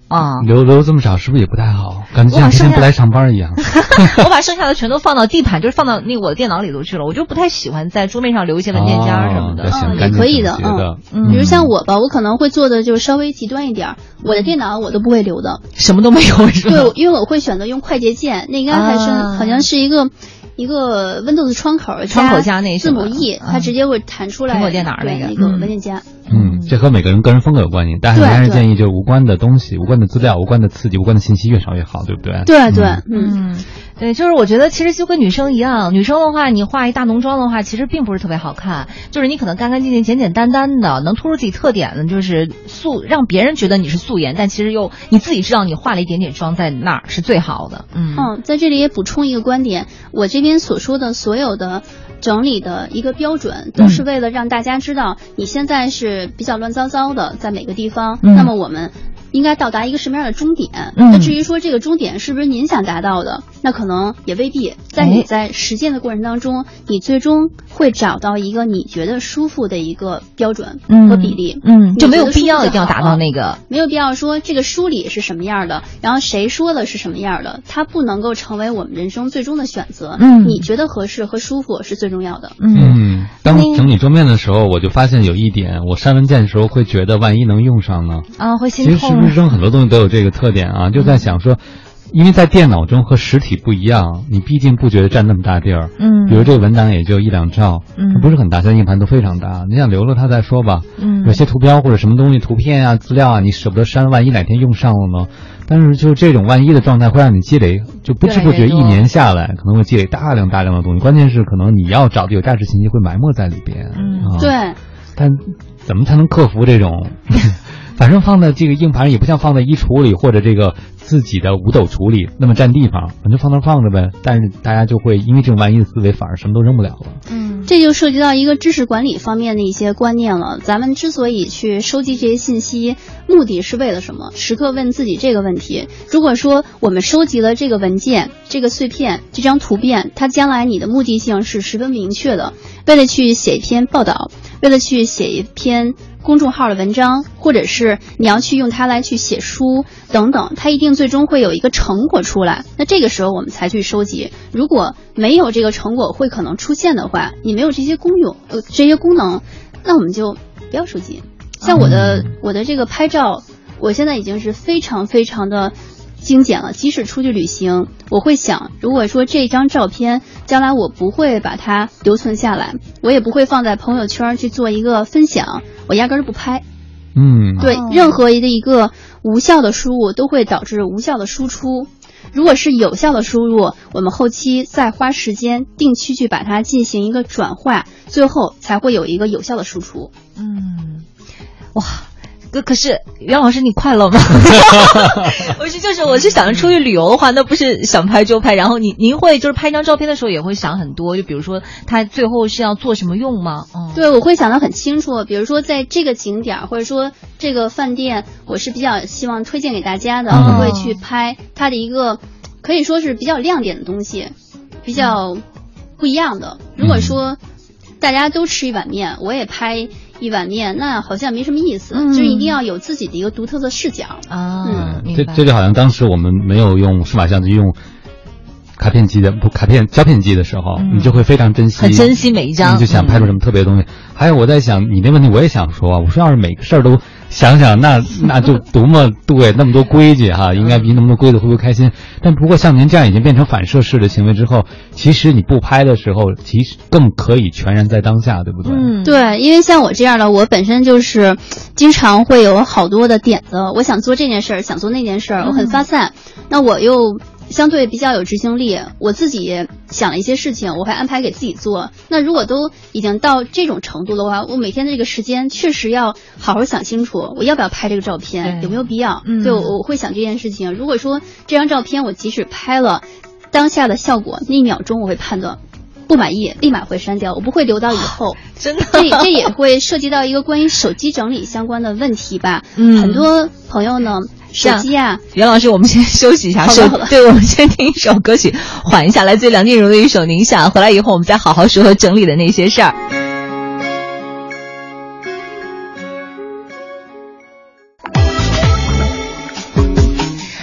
啊， 留留这么少是不是也不太好？感觉像天天不来上班一样。 我把剩下的全都放到地板，就是放到那个我的电脑里头去了。我就不太喜欢在桌面上留一些文件夹什么的。 哦、 嗯，也可以的，嗯。比如像我吧，我可能会做的就稍微极端一点，我的电脑我都不会留的， 什么都没有是吧？ 对，因为我会选择用快捷键，那应该还是、啊、好像是一个。一个 Windows 窗口窗口加那字母 E， 它直接会弹出来。 苹果电脑那个那个文件夹。 嗯，这和每个人个人风格有关系，但是还是建议就是无关的东西、无关的资料、无关的刺激、无关的信息越少越好，对不对？ 对对， 嗯。嗯对，就是我觉得其实就跟女生一样，女生的话，你化一大浓妆的话，其实并不是特别好看，就是你可能干干净净、简简单单的，能突出自己特点的，就是素，让别人觉得你是素颜，但其实又你自己知道你化了一点点妆在那儿是最好的。嗯嗯，在这里也补充一个观点，我这边所说的所有的整理的一个标准，都是为了让大家知道你现在是比较乱糟糟的，在每个地方，嗯、那么我们应该到达一个什么样的终点？嗯、那至于说这个终点是不是您想达到的，那可能也未必。在你在实践的过程当中，你最终会找到一个你觉得舒服的一个标准和比例。 嗯，就没有必要一定要达到那个， 没有必要说这个书里是什么样的，然后谁说的是什么样的，它不能够成为我们人生最终的选择。嗯，你觉得合适和舒服是最重要的。 嗯，当整理桌面的时候，我就发现有一点，我删文件的时候会觉得万一能用上呢？ 啊，会心痛。 其实是不是扔很多东西都有这个特点啊？就在想说。因为在电脑中和实体不一样，你毕竟不觉得占那么大地儿。嗯，比如这个文档也就一两兆，嗯，它不是很大，像硬盘都非常大。你想留了它再说吧。嗯，有些图标或者什么东西、图片啊、资料啊，你舍不得删，万一哪天用上了呢？但是就这种万一的状态会让你积累，就不知不觉一年下来可能会积累大量大量的东西。关键是可能你要找的有价值信息会埋没在里边。 嗯，啊、对。 但怎么才能克服这种？反正放在这个硬盘也不像放在衣橱里或者这个自己的五斗橱里那么占地方，反正放那放着呗。但是大家就会因为这种万一的思维，反而什么都扔不了了。 嗯，这就涉及到一个知识管理方面的一些观念了。咱们之所以去收集这些信息，目的是为了什么？时刻问自己这个问题。如果说我们收集了这个文件、这个碎片、这张图片，它将来你的目的性是十分明确的，为了去写一篇报道，为了去写一篇公众号的文章，或者是你要去用它来去写书等等，它一定最终会有一个成果出来。那这个时候我们才去收集。如果没有这个成果会可能出现的话，你没有这些功用呃这些功能，那我们就不要收集。像我的、嗯、我的这个拍照，我现在已经是非常非常的精简了。即使出去旅行，我会想，如果说这张照片将来我不会把它留存下来，我也不会放在朋友圈去做一个分享，我压根儿不拍。 嗯， 对，任何的一个无效的输入都会导致无效的输出。如果是有效的输入，我们后期再花时间定期去把它进行一个转化，最后才会有一个有效的输出。 嗯，哇。可可是袁老师你快乐吗？我是就是我是想着出去旅游的话，那不是想拍就拍，然后您您会就是拍一张照片的时候也会想很多，就比如说它最后是要做什么用吗？嗯， 对，我会想得很清楚。比如说在这个景点或者说这个饭店，我是比较希望推荐给大家的，我会去拍它的一个可以说是比较亮点的东西，比较不一样的。如果说大家都吃一碗面，我也拍一碗面，那好像没什么意思。嗯，就是一定要有自己的一个独特的视角啊。 嗯，这这就好像当时我们没有用数码相机，用卡片机的不卡片胶片机的时候，嗯、你就会非常珍惜， 很珍惜每一张， 你就想拍出什么特别的东西。嗯、还有我在想你那问题，我也想说啊，我说要是每个事儿都想想，那那就多么对那么多规矩哈，应该比那么多规矩会不会开心？但不过像您这样已经变成反射式的行为之后，其实你不拍的时候，其实更可以全然在当下，对不对？ 嗯，对，因为像我这样的，我本身就是经常会有好多的点子，我想做这件事儿，想做那件事儿，我很发散，嗯、那我又相对比较有执行力，我自己想了一些事情，我会安排给自己做。那如果都已经到这种程度的话，我每天的这个时间确实要好好想清楚，我要不要拍这个照片，有没有必要？嗯，对，我会想这件事情。如果说这张照片我即使拍了，当下的效果那一秒钟我会判断不满意，立马会删掉，我不会留到以后。 真的， 这这也会涉及到一个关于手机整理相关的问题吧。嗯，很多朋友呢。手机啊， 袁老师，我们先休息一下， 好了， 对，我们先听一首歌曲，缓一下，来自梁静茹的一首《宁夏》。回来以后，我们再好好说整理的那些事儿。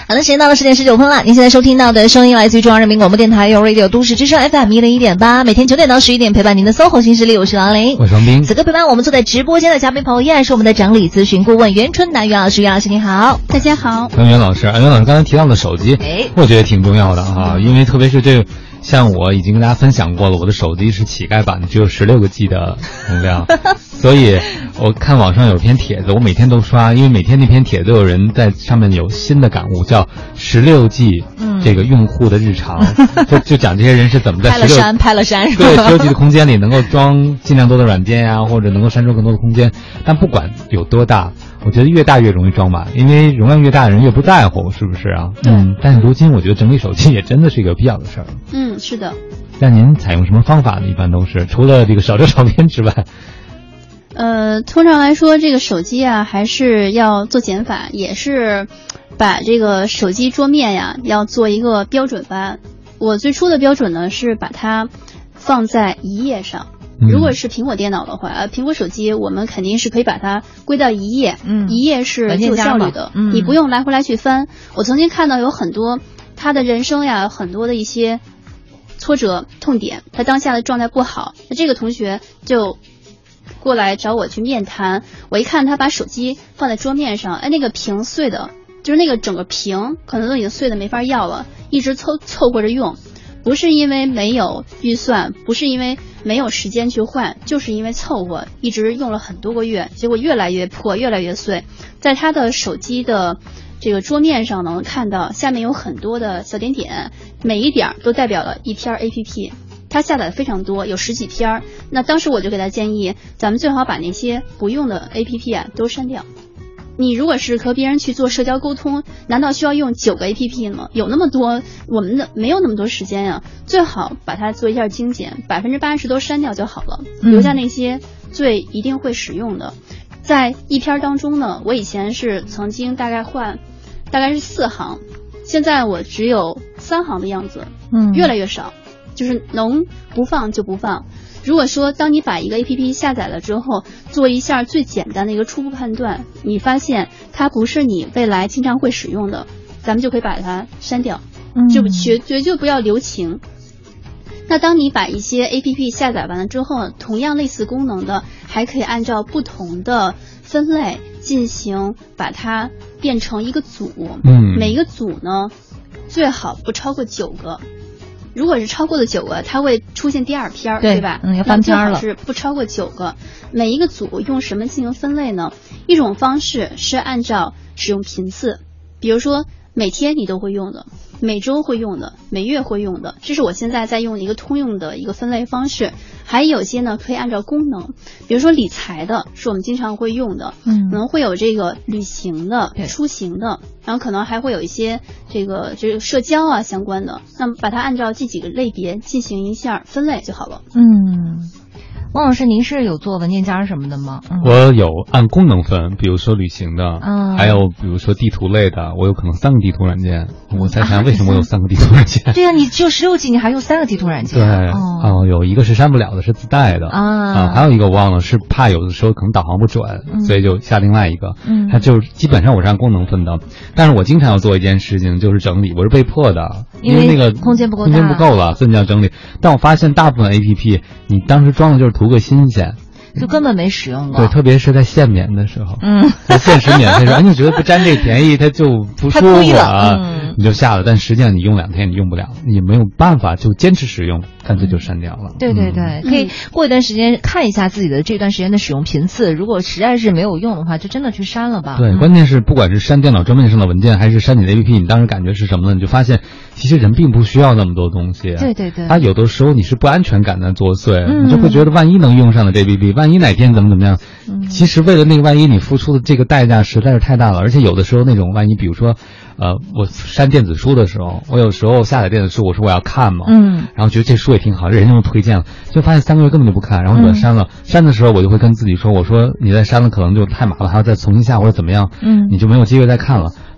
好的，时间到了十点十九分了。您现在收听到的声音来自于中央人民广播电台由 Radio 都市之声 F M 一零一点八，每天九点到十一点陪伴您的 S O H O 新势力，我是王琳， 我是王斌。 此刻陪伴我们坐在直播间的嘉宾朋友依然是我们的整理咨询顾问袁春楠袁老师，袁老师你好。 大家好。 袁老师，袁老师刚才提到的手机， 哎， 我觉得挺重要的啊，因为特别是这个。像我已经跟大家分享过了，我的手机是乞丐版的，只有十六个 G 的容量，所以我看网上有篇帖子，我每天都刷，因为每天那篇帖子有人在上面有新的感悟，叫十六 G 这个用户的日常，嗯、就就讲这些人是怎么在十六拍了删拍了删， 对十六 G 的空间里能够装尽量多的软件呀、啊，或者能够删除更多的空间，但不管有多大。我觉得越大越容易装满，因为容量越大的人越不在乎，是不是啊？嗯。但是如今我觉得整理手机也真的是一个必要的事儿。 嗯，是的。 那您采用什么方法呢？一般都是除了这个少照照片之外。 呃，通常来说，这个手机啊，还是要做减法，也是把这个手机桌面呀，要做一个标准化。我最初的标准呢，是把它放在一页上。如果是苹果电脑的话，呃，苹果手机我们肯定是可以把它归到一页，嗯，一页是最有效率的，嗯，你不用来回来去翻。我曾经看到有很多他的人生呀，很多的一些挫折痛点，他当下的状态不好，那这个同学就过来找我去面谈。我一看他把手机放在桌面上，哎，那个屏碎的，就是那个整个屏可能都已经碎的没法要了，一直凑凑合着用。不是因为没有预算，不是因为没有时间去换，就是因为凑合，一直用了很多个月，结果越来越破，越来越碎。在他的手机的这个桌面上能看到下面有很多的小点点，每一点都代表了一篇 A P P， 他下载的非常多，有十几篇。那当时我就给他建议，咱们最好把那些不用的 A P P 啊都删掉。你如果是和别人去做社交沟通，难道需要用九个 A P P 吗？有那么多，我们的没有那么多时间呀、啊。最好把它做一下精简，百分之八十都删掉就好了，留下那些最一定会使用的。在一篇当中呢，我以前是曾经大概换，大概是四行，现在我只有三行的样子，嗯，越来越少，就是能不放就不放。如果说当你把一个 A P P 下载了之后，做一下最简单的一个初步判断，你发现它不是你未来经常会使用的，咱们就可以把它删掉，就绝绝对不要留情。那当你把一些 A P P 下载完了之后，同样类似功能的，还可以按照不同的分类进行把它变成一个组，嗯，每一个组呢最好不超过九个。如果是超过了九个，它会出现第二篇， 对, 对吧？ 嗯，要翻篇了。 是不超过九个，每一个组用什么进行分类呢？一种方式是按照使用频次，比如说每天你都会用的，每周会用的，每月会用的，这是我现在在用的一个通用的一个分类方式。还有些呢可以按照功能，比如说理财的是我们经常会用的，嗯，可能会有这个旅行的、出行的，然后可能还会有一些这个这个社交啊相关的，那么把它按照这几个类别进行一下分类就好了。 嗯。汪老师，您是有做文件夹什么的吗？ 嗯、我有按功能分，比如说旅行的，嗯，还有比如说地图类的，我有可能三个地图软件。我在想为什么我有三个地图软件？ 对呀、啊，你只有十六 G， 你还用三个地图软件？ 对，哦，哦有一个是删不了的，是自带的啊，啊，还有一个我忘了，是怕有的时候可能导航不准，嗯、所以就下另外一个。嗯，它就是基本上我是按功能分的，但是我经常要做一件事情，就是整理，我是被迫的，因为那个空间不够大， 空间不够了，所以你要整理。但我发现大部分 A P P， 你当时装的就是图个新鲜。 就根本没使用过， 对，特别是在限免的时候，嗯，在限时免费时候，你就觉得不占这个便宜，它就不舒服啊，嗯、你就下了。但实际上你用两天你用不了，你没有办法就坚持使用，干脆就删掉了。 对对对，嗯、可以过一段时间看一下自己的这段时间的使用频次，如果实在是没有用的话，就真的去删了吧。 对， 嗯、 关键是不管是删电脑桌面上的文件，还是删你的 A P P， 你当时感觉是什么呢？你就发现其实人并不需要那么多东西。 对对对， 他有的时候你是不安全感在作祟，嗯、你就会觉得万一能用上的这 A P P， 万一哪天怎么怎么样。其实为了那个万一，你付出的这个代价实在是太大了。而且有的时候那种万一，比如说，呃，我删电子书的时候，我有时候下载电子书，我说我要看嘛，嗯，然后觉得这书也挺好，人家又推荐了，就发现三个月根本就不看，然后我删了。嗯、删的时候我就会跟自己说，我说你再删了可能就太麻烦，还要再重新下或者怎么样，嗯，你就没有机会再看了。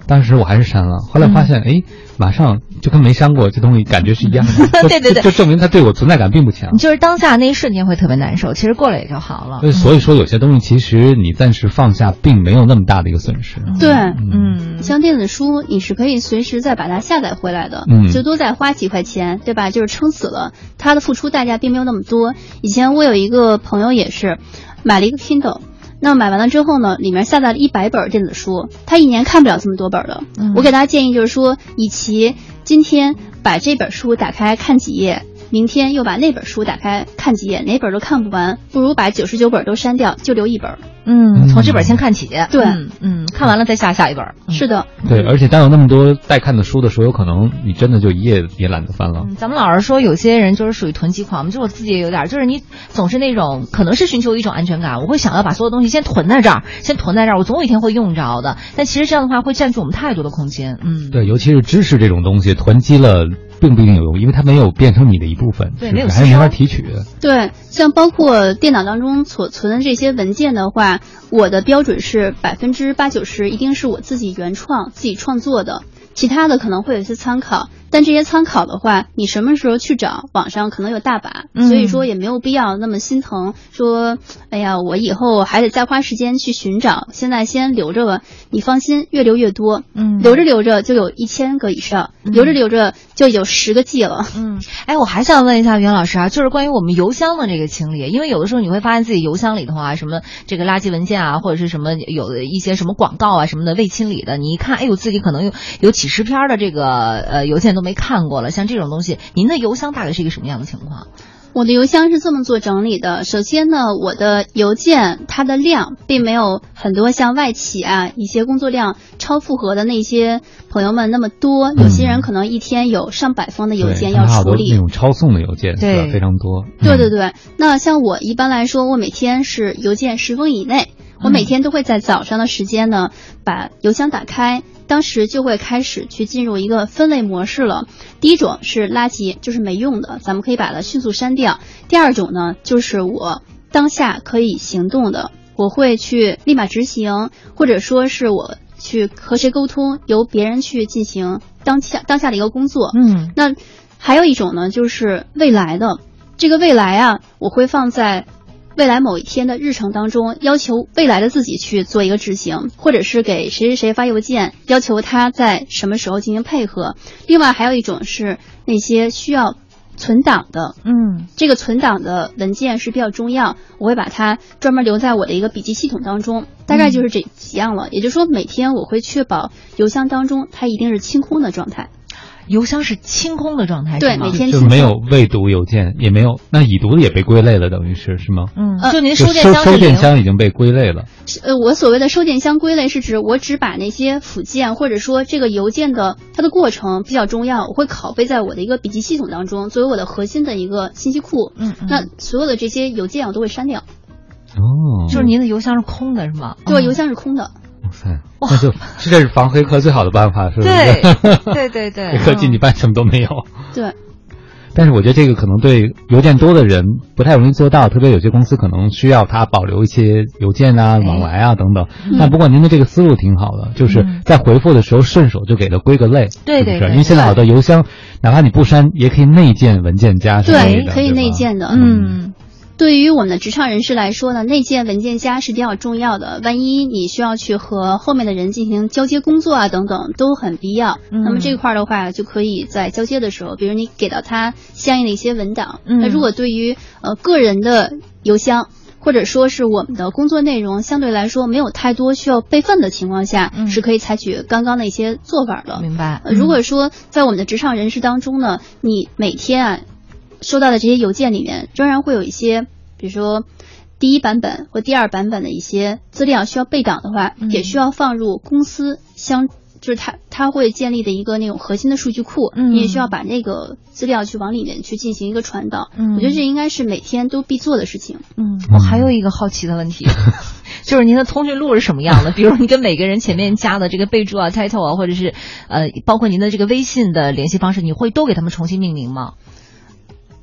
当时我还是删了，后来发现，哎、嗯，马上就跟没删过，这东西感觉是一样的。 对对对， 就证明他对我存在感并不强。 就是当下那一瞬间会特别难受，其实过了也就好了。 嗯、所以说，有些东西其实你暂时放下，并没有那么大的一个损失。 对， 嗯， 像电子书，你是可以随时再把它下载回来的， 嗯， 最多再花几块钱，对吧？就是撑死了，它的付出代价并没有那么多。以前我有一个朋友也是买了一个 Kindle。那买完了之后呢，里面下载了一百本电子书，他一年看不了这么多本的。嗯、我给大家建议就是说，与其今天把这本书打开看几页，明天又把那本书打开看几页，哪本都看不完，不如把九十九本都删掉，就留一本。 嗯，从这本先看起。 对， 嗯嗯，看完了再下下一本。 嗯、是的， 对，而且当有那么多待看的书的时候，有可能你真的就一页也懒得翻了。 嗯、咱们老是说有些人就是属于囤积狂，就我自己也有点，就是你总是那种可能是寻求一种安全感，我会想要把所有东西先囤在这儿，先囤在这儿，我总有一天会用着的。但其实这样的话会占据我们太多的空间。嗯， 对，尤其是知识这种东西，囤积了并不一定有用，因为它没有变成你的一部分， 对，没有还是没法提取。 对，像包括电脑当中所存的这些文件的话，我的标准是百分之八九十一定是我自己原创、自己创作的，其他的可能会有一些参考。但这些参考的话，你什么时候去找？网上可能有大把， 嗯、 所以说也没有必要那么心疼。说，哎呀，我以后还得再花时间去寻找，现在先留着吧。你放心，越留越多。 嗯， 留着留着就有一千个以上， 嗯、 留着留着就有十个 G 了。 嗯，哎，我还想问一下袁老师啊，就是关于我们邮箱的这个清理，因为有的时候你会发现自己邮箱里头啊，什么这个垃圾文件啊，或者是什么有的一些什么广告啊什么的未清理的，你一看，哎呦，自己可能有有几十篇的这个呃邮件都没看过了。像这种东西，您的邮箱大概是一个什么样的情况？ 我的邮箱是这么做整理的。首先呢，我的邮件它的量并没有很多像外企啊一些工作量超负荷的那些朋友们那么多，有些人可能一天有上百封的邮件要处理， 那种抄送的邮件对非常多。 对对对，那像我一般来说，我每天是邮件十封以内。我每天都会在早上的时间呢，把邮箱打开，当时就会开始去进入一个分类模式了。第一种是垃圾，就是没用的，咱们可以把它迅速删掉。第二种呢，就是我当下可以行动的，我会去立马执行，或者说是我去和谁沟通，由别人去进行当下当下的一个工作。 嗯， 那还有一种呢，就是未来的，这个未来啊，我会放在未来某一天的日程当中，要求未来的自己去做一个执行，或者是给谁谁谁发邮件，要求他在什么时候进行配合。另外还有一种是那些需要存档的， 嗯， 这个存档的文件是比较重要，我会把它专门留在我的一个笔记系统当中。大概就是这几样了，也就是说每天我会确保邮箱当中它一定是清空的状态。 邮箱是清空的状态， 对，每天清就没有未读邮件，也没有那已读的也被归类了，等于是是吗？ 嗯， 呃、 就您收件箱收件箱已经被归类了。 呃，我所谓的收件箱归类是指我只把那些附件或者说这个邮件的它的过程比较重要，我会拷贝在我的一个笔记系统当中，作为我的核心的一个信息库。 嗯, 嗯， 那所有的这些邮件我都会删掉。 哦， 就是您的邮箱是空的，是吗？ 对，邮箱是空的。 哇塞，那就是这是防黑客最好的办法，是不是？ 对对对对， 黑客进去办什么都没有。 对。 但是我觉得这个可能对邮件多的人不太容易做到，特别有些公司可能需要他保留一些邮件啊、往来啊等等。 嗯、 但不过您的这个思路挺好的，就是在回复的时候顺手就给它归个类， 对对对。 因为现在好多邮箱，哪怕你不删，也可以内建文件夹之类的， 对，可以内建的， 嗯。 对于我们的职场人士来说呢，内建文件夹是比较重要的。万一你需要去和后面的人进行交接工作啊，等等，都很必要。 嗯、 那么这块的话，就可以在交接的时候，比如你给到他相应的一些文档。 嗯、 那如果对于呃个人的邮箱，或者说是我们的工作内容相对来说没有太多需要备份的情况下， 嗯、 是可以采取刚刚的一些做法的。 明白。 呃、如果说在我们的职场人士当中呢，你每天啊收到的这些邮件里面，仍然会有一些。比如说第一版本或第二版本的一些资料需要备档的话， 嗯、 也需要放入公司相就是它它会建立的一个那种核心的数据库， 嗯、 你也需要把那个资料去往里面去进行一个传导。 嗯、 我觉得这应该是每天都必做的事情。 嗯，我还有一个好奇的问题，就是您的通讯录是什么样的？比如你跟每个人前面加的这个备注啊、title 啊，或者是呃包括您的这个微信的联系方式，你会都给他们重新命名吗？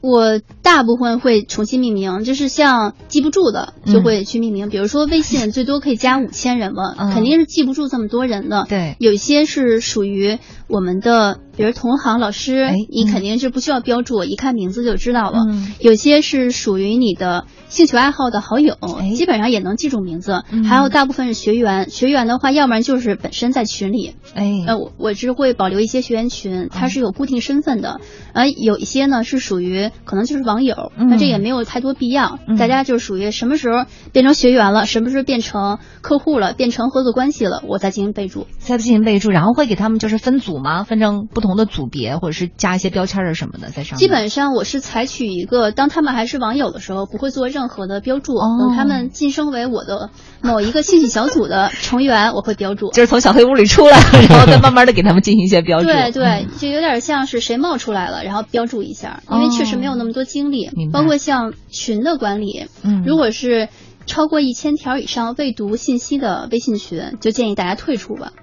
我大部分会重新命名，就是像记不住的就会去命名。嗯、比如说微信最多可以加五千人嘛，嗯、肯定是记不住这么多人的。 对， 有一些是属于我们的，比如同行老师，哎、你肯定是不需要标注，嗯、一看名字就知道了。嗯、有些是属于你的兴趣爱好的好友，哎、基本上也能记住名字。嗯、还有大部分是学员，学员的话，要不然就是本身在群里。哎，呃，我我是会保留一些学员群，它是有固定身份的。而有一些呢是属于可能就是网友，嗯、那这也没有太多必要。嗯、大家就属于什么时候变成学员了，什么时候变成客户了，变成合作关系了，我再进行备注， 再进行备注，然后会给他们就是分组吗？分成不同的组别，或者是加一些标签儿什么的在上面。 基本上我是采取一个，当他们还是网友的时候，不会做任何的标注。哦、等他们晋升为我的某一个兴趣小组的成员，我会标注。 就是从小黑屋里出来，然后再慢慢的给他们进行一些标注。 对对，嗯、就有点像是谁冒出来了，然后标注一下，因为确实没有那么多精力。哦、包括像群的管理，嗯，如果是超过一千条以上未读信息的微信群，就建议大家退出吧。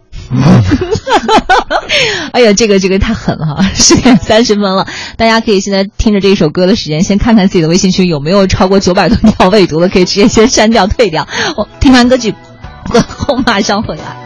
哎呀，这个这个太狠了哈！十点三十分了，大家可以现在听着这一首歌的时间，先看看自己的微信群有没有超过九百多条未读的，可以直接先删掉退掉。我听完歌曲过后马上回来。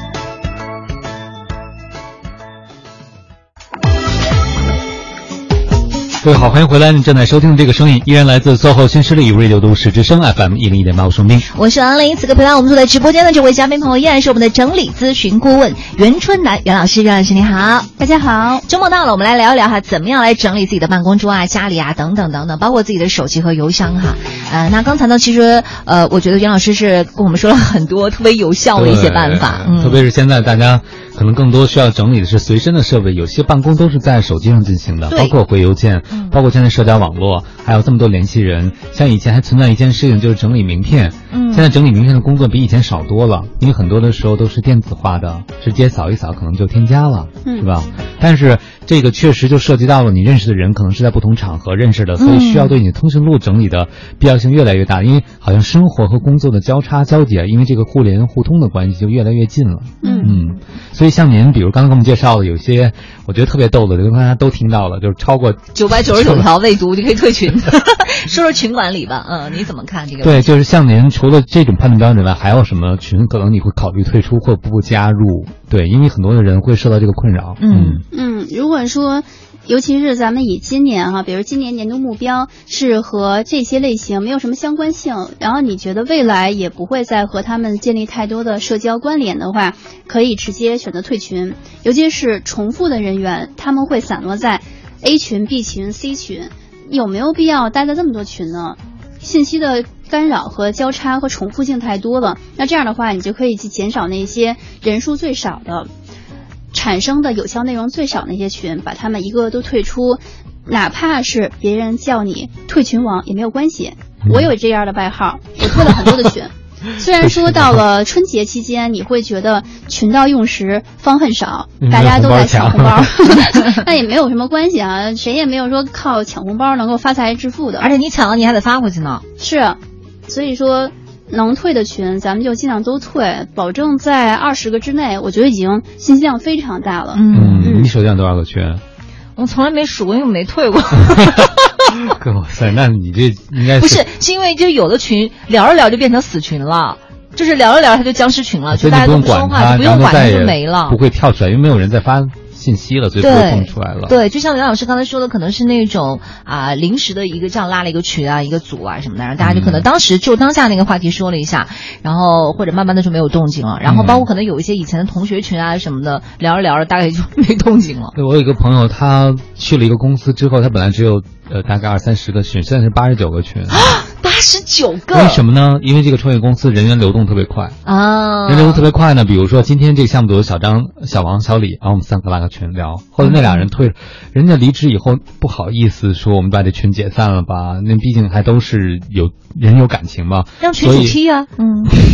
各位好，欢迎回来！你正在收听的这个声音依然来自 S O H O 新势力 Radio 都市之声 F M 一零一点八，我是冰， 我是王琳。此刻陪伴我们坐在直播间的这位嘉宾朋友依然是我们的整理咨询顾问袁春楠袁老师。袁老师你好。 大家好。 周末到了，我们来聊一聊哈，怎么样来整理自己的办公桌啊、家里啊等等等等，包括自己的手机和邮箱哈。呃，那刚才呢，其实呃，我觉得袁老师是跟我们说了很多特别有效的一些办法， 嗯、特别是现在大家可能更多需要整理的是随身的设备，有些办公都是在手机上进行的，包括回邮件，嗯、包括现在社交网络，还有这么多联系人。像以前还存在一件事情，就是整理名片。嗯，现在整理名片的工作比以前少多了，因为很多的时候都是电子化的，直接扫一扫可能就添加了，嗯、是吧？但是这个确实就涉及到了你认识的人可能是在不同场合认识的，所以需要对你的通讯录整理的必要性越来越大，因为好像生活和工作的交叉交接，因为这个互联互通的关系就越来越近了。嗯嗯，所以像您比如刚刚给我们介绍的有些我觉得特别逗的，就大家都听到了，就是超过九百九十九条未读就可以退群。说说群管理吧，嗯，你怎么看这个？ 对，就是像您除了这种判断标准外，还有什么群可能你会考虑退出或不加入？对，因为很多的人会受到这个困扰。 嗯嗯，如果说尤其是咱们以今年哈、啊，比如今年年度目标是和这些类型没有什么相关性，然后你觉得未来也不会再和他们建立太多的社交关联的话，可以直接选择退群。尤其是重复的人员，他们会散落在 A 群、B 群、C 群，有没有必要待在这么多群呢？信息的干扰和交叉和重复性太多了，那这样的话，你就可以去减少那些人数最少的、产生的有效内容最少那些群，把他们一个个都退出，哪怕是别人叫你退群王也没有关系。我有这样的外号，我退了很多的群。虽然说到了春节期间，你会觉得群到用时方恨少，大家都在抢红包，那也没有什么关系啊，谁也没有说靠抢红包能够发财致富的。 而且你抢了，你还得发回去呢。 是，所以说能退的群，咱们就尽量都退，保证在二十个之内，我觉得已经信息量非常大了。 嗯，嗯你手机上多少个群？ 我从来没数过，因为我没退过。 哇塞，那你这应该是不是？是因为就有的群聊着聊就变成死群了，就是聊着聊着它就僵尸群了，就大家都不说话，就不用管它就没了， 不会跳出来，因为没有人在发信息了，所以不会蹦出来了。 对，就像袁老师刚才说的，可能是那种啊临时的一个这样拉了一个群啊、一个组啊什么的，然后大家就可能当时就当下那个话题说了一下，然后或者慢慢的就没有动静了，然后包括可能有一些以前的同学群啊什么的，聊着聊着大概就没动静了。 对，我有一个朋友，他去了一个公司之后，他本来只有呃大概二三十个群，现在是八十九个群。 八十九个？ 为什么呢？因为这个创业公司人员流动特别快啊，人流动特别快呢。比如说今天这个项目组有小张、小王、小李，然后我们三个拉个群聊，后来那俩人退，人家离职以后不好意思说我们把这群解散了吧，那毕竟还都是有人有感情嘛， 让群主踢啊，嗯。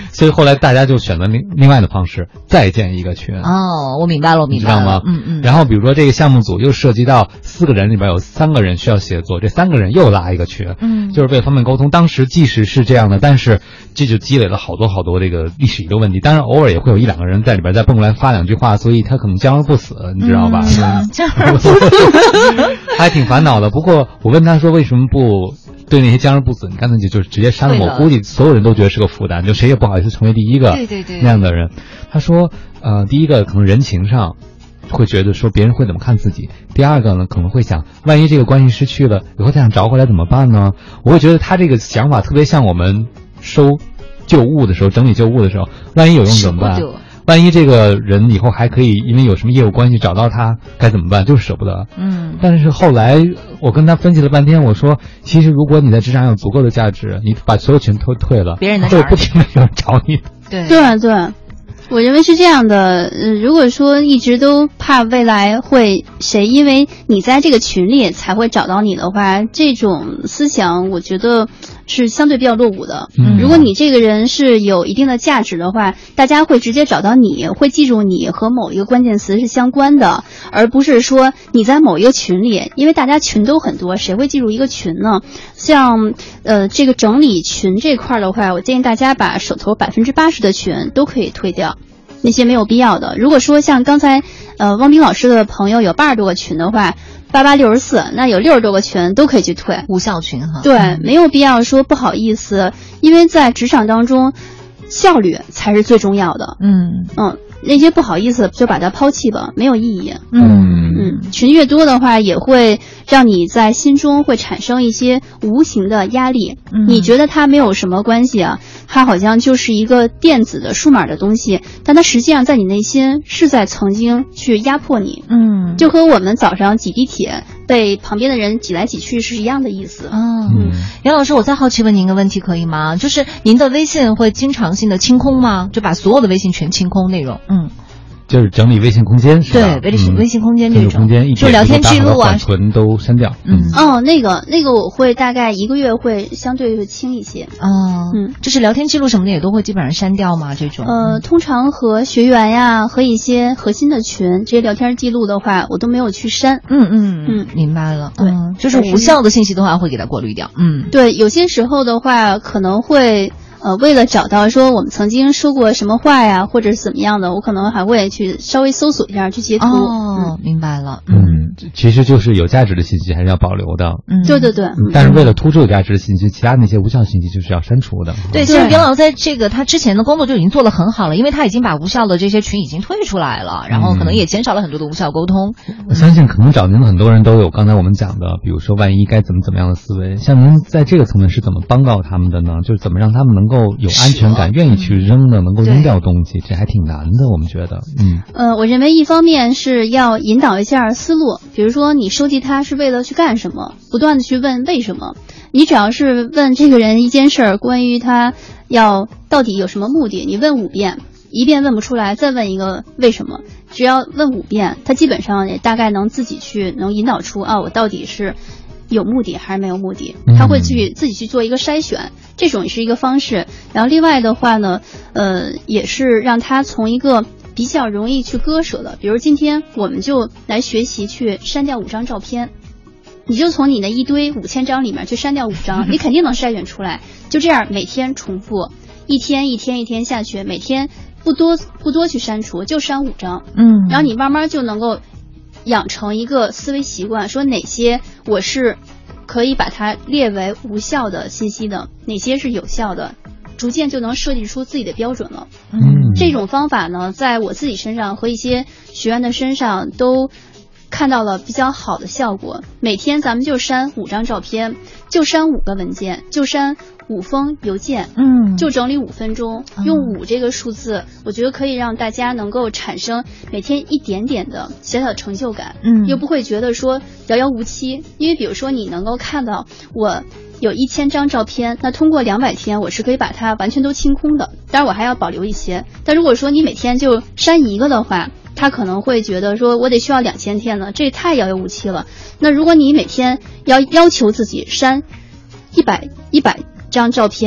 所以后来大家就选择另另外的方式再建一个群。 哦，我明白了，我明白了， 你知道吗？ 嗯嗯。 然后比如说这个项目组又涉及到四个人里边有三个人需要协作，这三个人又拉一个群， 嗯， 就是为了方便沟通。当时即使是这样的，但是这就积累了好多好多这个历史遗留问题。当然偶尔也会有一两个人在里边再蹦过来发两句话，所以他可能僵而不死，你知道吧？ 嗯，僵而不死， 还挺烦恼的。不过我问他说为什么不对那些僵而不死，你干脆就就是直接删了。我估计所有人都觉得是个负担，就谁也不好意思成为第一个对对对那样的人。他说，呃，第一个可能人情上会觉得说别人会怎么看自己，第二个呢可能会想，万一这个关系失去了，以后再想找回来怎么办呢？我会觉得他这个想法特别像我们收旧物的时候，整理旧物的时候，万一有用怎么办？万一这个人以后还可以因为有什么业务关系找到他，该怎么办？就是舍不得。 嗯。 但是后来我跟他分析了半天，我说，其实如果你在职场上有足够的价值，你把所有群都退了， 别人能会不停的有人找你。 对对对。我认为是这样的，呃，如果说一直都怕未来会谁因为你在这个群里才会找到你的话，这种思想我觉得是相对比较落伍的。 嗯， 如果你这个人是有一定的价值的话，大家会直接找到你，会记住你和某一个关键词是相关的，而不是说你在某一个群里，因为大家群都很多，谁会记住一个群呢？像呃这个整理群这块的话，我建议大家把手头百分之八十的群都可以退掉。那些没有必要的。如果说像刚才呃汪冰老师的朋友有八十多个群的话，八八六十四，那有六十多个群都可以去退无效群哈。 对，嗯、没有必要说不好意思，因为在职场当中，效率才是最重要的。 嗯嗯，那些不好意思就把它抛弃吧，没有意义。 嗯嗯，群越多的话，也会让你在心中会产生一些无形的压力。 嗯、 你觉得它没有什么关系啊？它好像就是一个电子的数码的东西，但它实际上在你内心是在曾经去压迫你。 嗯， 就和我们早上挤地铁被旁边的人挤来挤去是一样的意思。 哦、嗯，杨老师，我再好奇问您一个问题可以吗？就是您的微信会经常性的清空吗？就把所有的微信全清空内容？嗯。 就是整理微信空间是吧？ 对，微信、嗯、微信空间这种， 空间一就聊天记录啊， 缓存都删掉。 嗯， 哦，那个那个我会大概一个月会相对会轻一些。 哦，嗯，就是聊天记录什么的也都会基本上删掉吗？这种？ 呃，通常和学员呀，和一些核心的群这些聊天记录的话，我都没有去删。 嗯嗯嗯，明白了。 对， 嗯、就是无效的信息的话会给它过滤掉。嗯， 对，有些时候的话可能会。呃，为了找到说我们曾经说过什么话呀，或者是怎么样的，我可能还会去稍微搜索一下，去截图。 哦， 嗯、 明白了。 嗯，其实就是有价值的信息还是要保留的。 嗯，对对对。 嗯、但是为了突出有价值的信息，其他那些无效信息就是要删除的。 对，其实袁老师在这个他之前的工作就已经做得很好了，因为他已经把无效的这些群已经退出来了，然后可能也减少了很多的无效沟通。 嗯、我相信可能找您的很多人都有刚才我们讲的，比如说万一该怎么怎么样的思维。像您在这个层面是怎么帮到他们的呢？就是怎么让他们能够有安全感，愿意去扔的，能够扔掉东西，这还挺难的，我们觉得。嗯， 呃，我认为一方面是要引导一下思路，比如说你收集它是为了去干什么，不断的去问为什么。你只要是问这个人一件事儿，关于他要到底有什么目的，你问五遍，一遍问不出来，再问一个为什么，只要问五遍，他基本上也大概能自己去能引导出啊，我到底是有目的还是没有目的，他会去自己去做一个筛选，这种也是一个方式。然后另外的话呢，呃，也是让他从一个比较容易去割舍的，比如今天我们就来学习去删掉五张照片，你就从你那一堆五千张里面去删掉五张，你肯定能筛选出来。就这样每天重复，一天一天一天下去，每天不多不多去删除，就删五张， 嗯， 然后你慢慢就能够养成一个思维习惯，说哪些我是可以把它列为无效的信息的，哪些是有效的，逐渐就能设计出自己的标准了。 嗯， 这种方法呢，在我自己身上和一些学员的身上都看到了比较好的效果。每天咱们就删五张照片，就删五个文件，就删五封邮件， 嗯， 就整理五分钟， 嗯、 用五这个数字，我觉得可以让大家能够产生每天一点点的小小的成就感， 嗯， 又不会觉得说遥遥无期。因为比如说你能够看到我有一千张照片，那通过两百天我是可以把它完全都清空的，当然我还要保留一些。但如果说你每天就删一个的话，他可能会觉得说我得需要两千天呢，这也太遥遥无期了。那如果你每天要要求自己删一百一百张照片，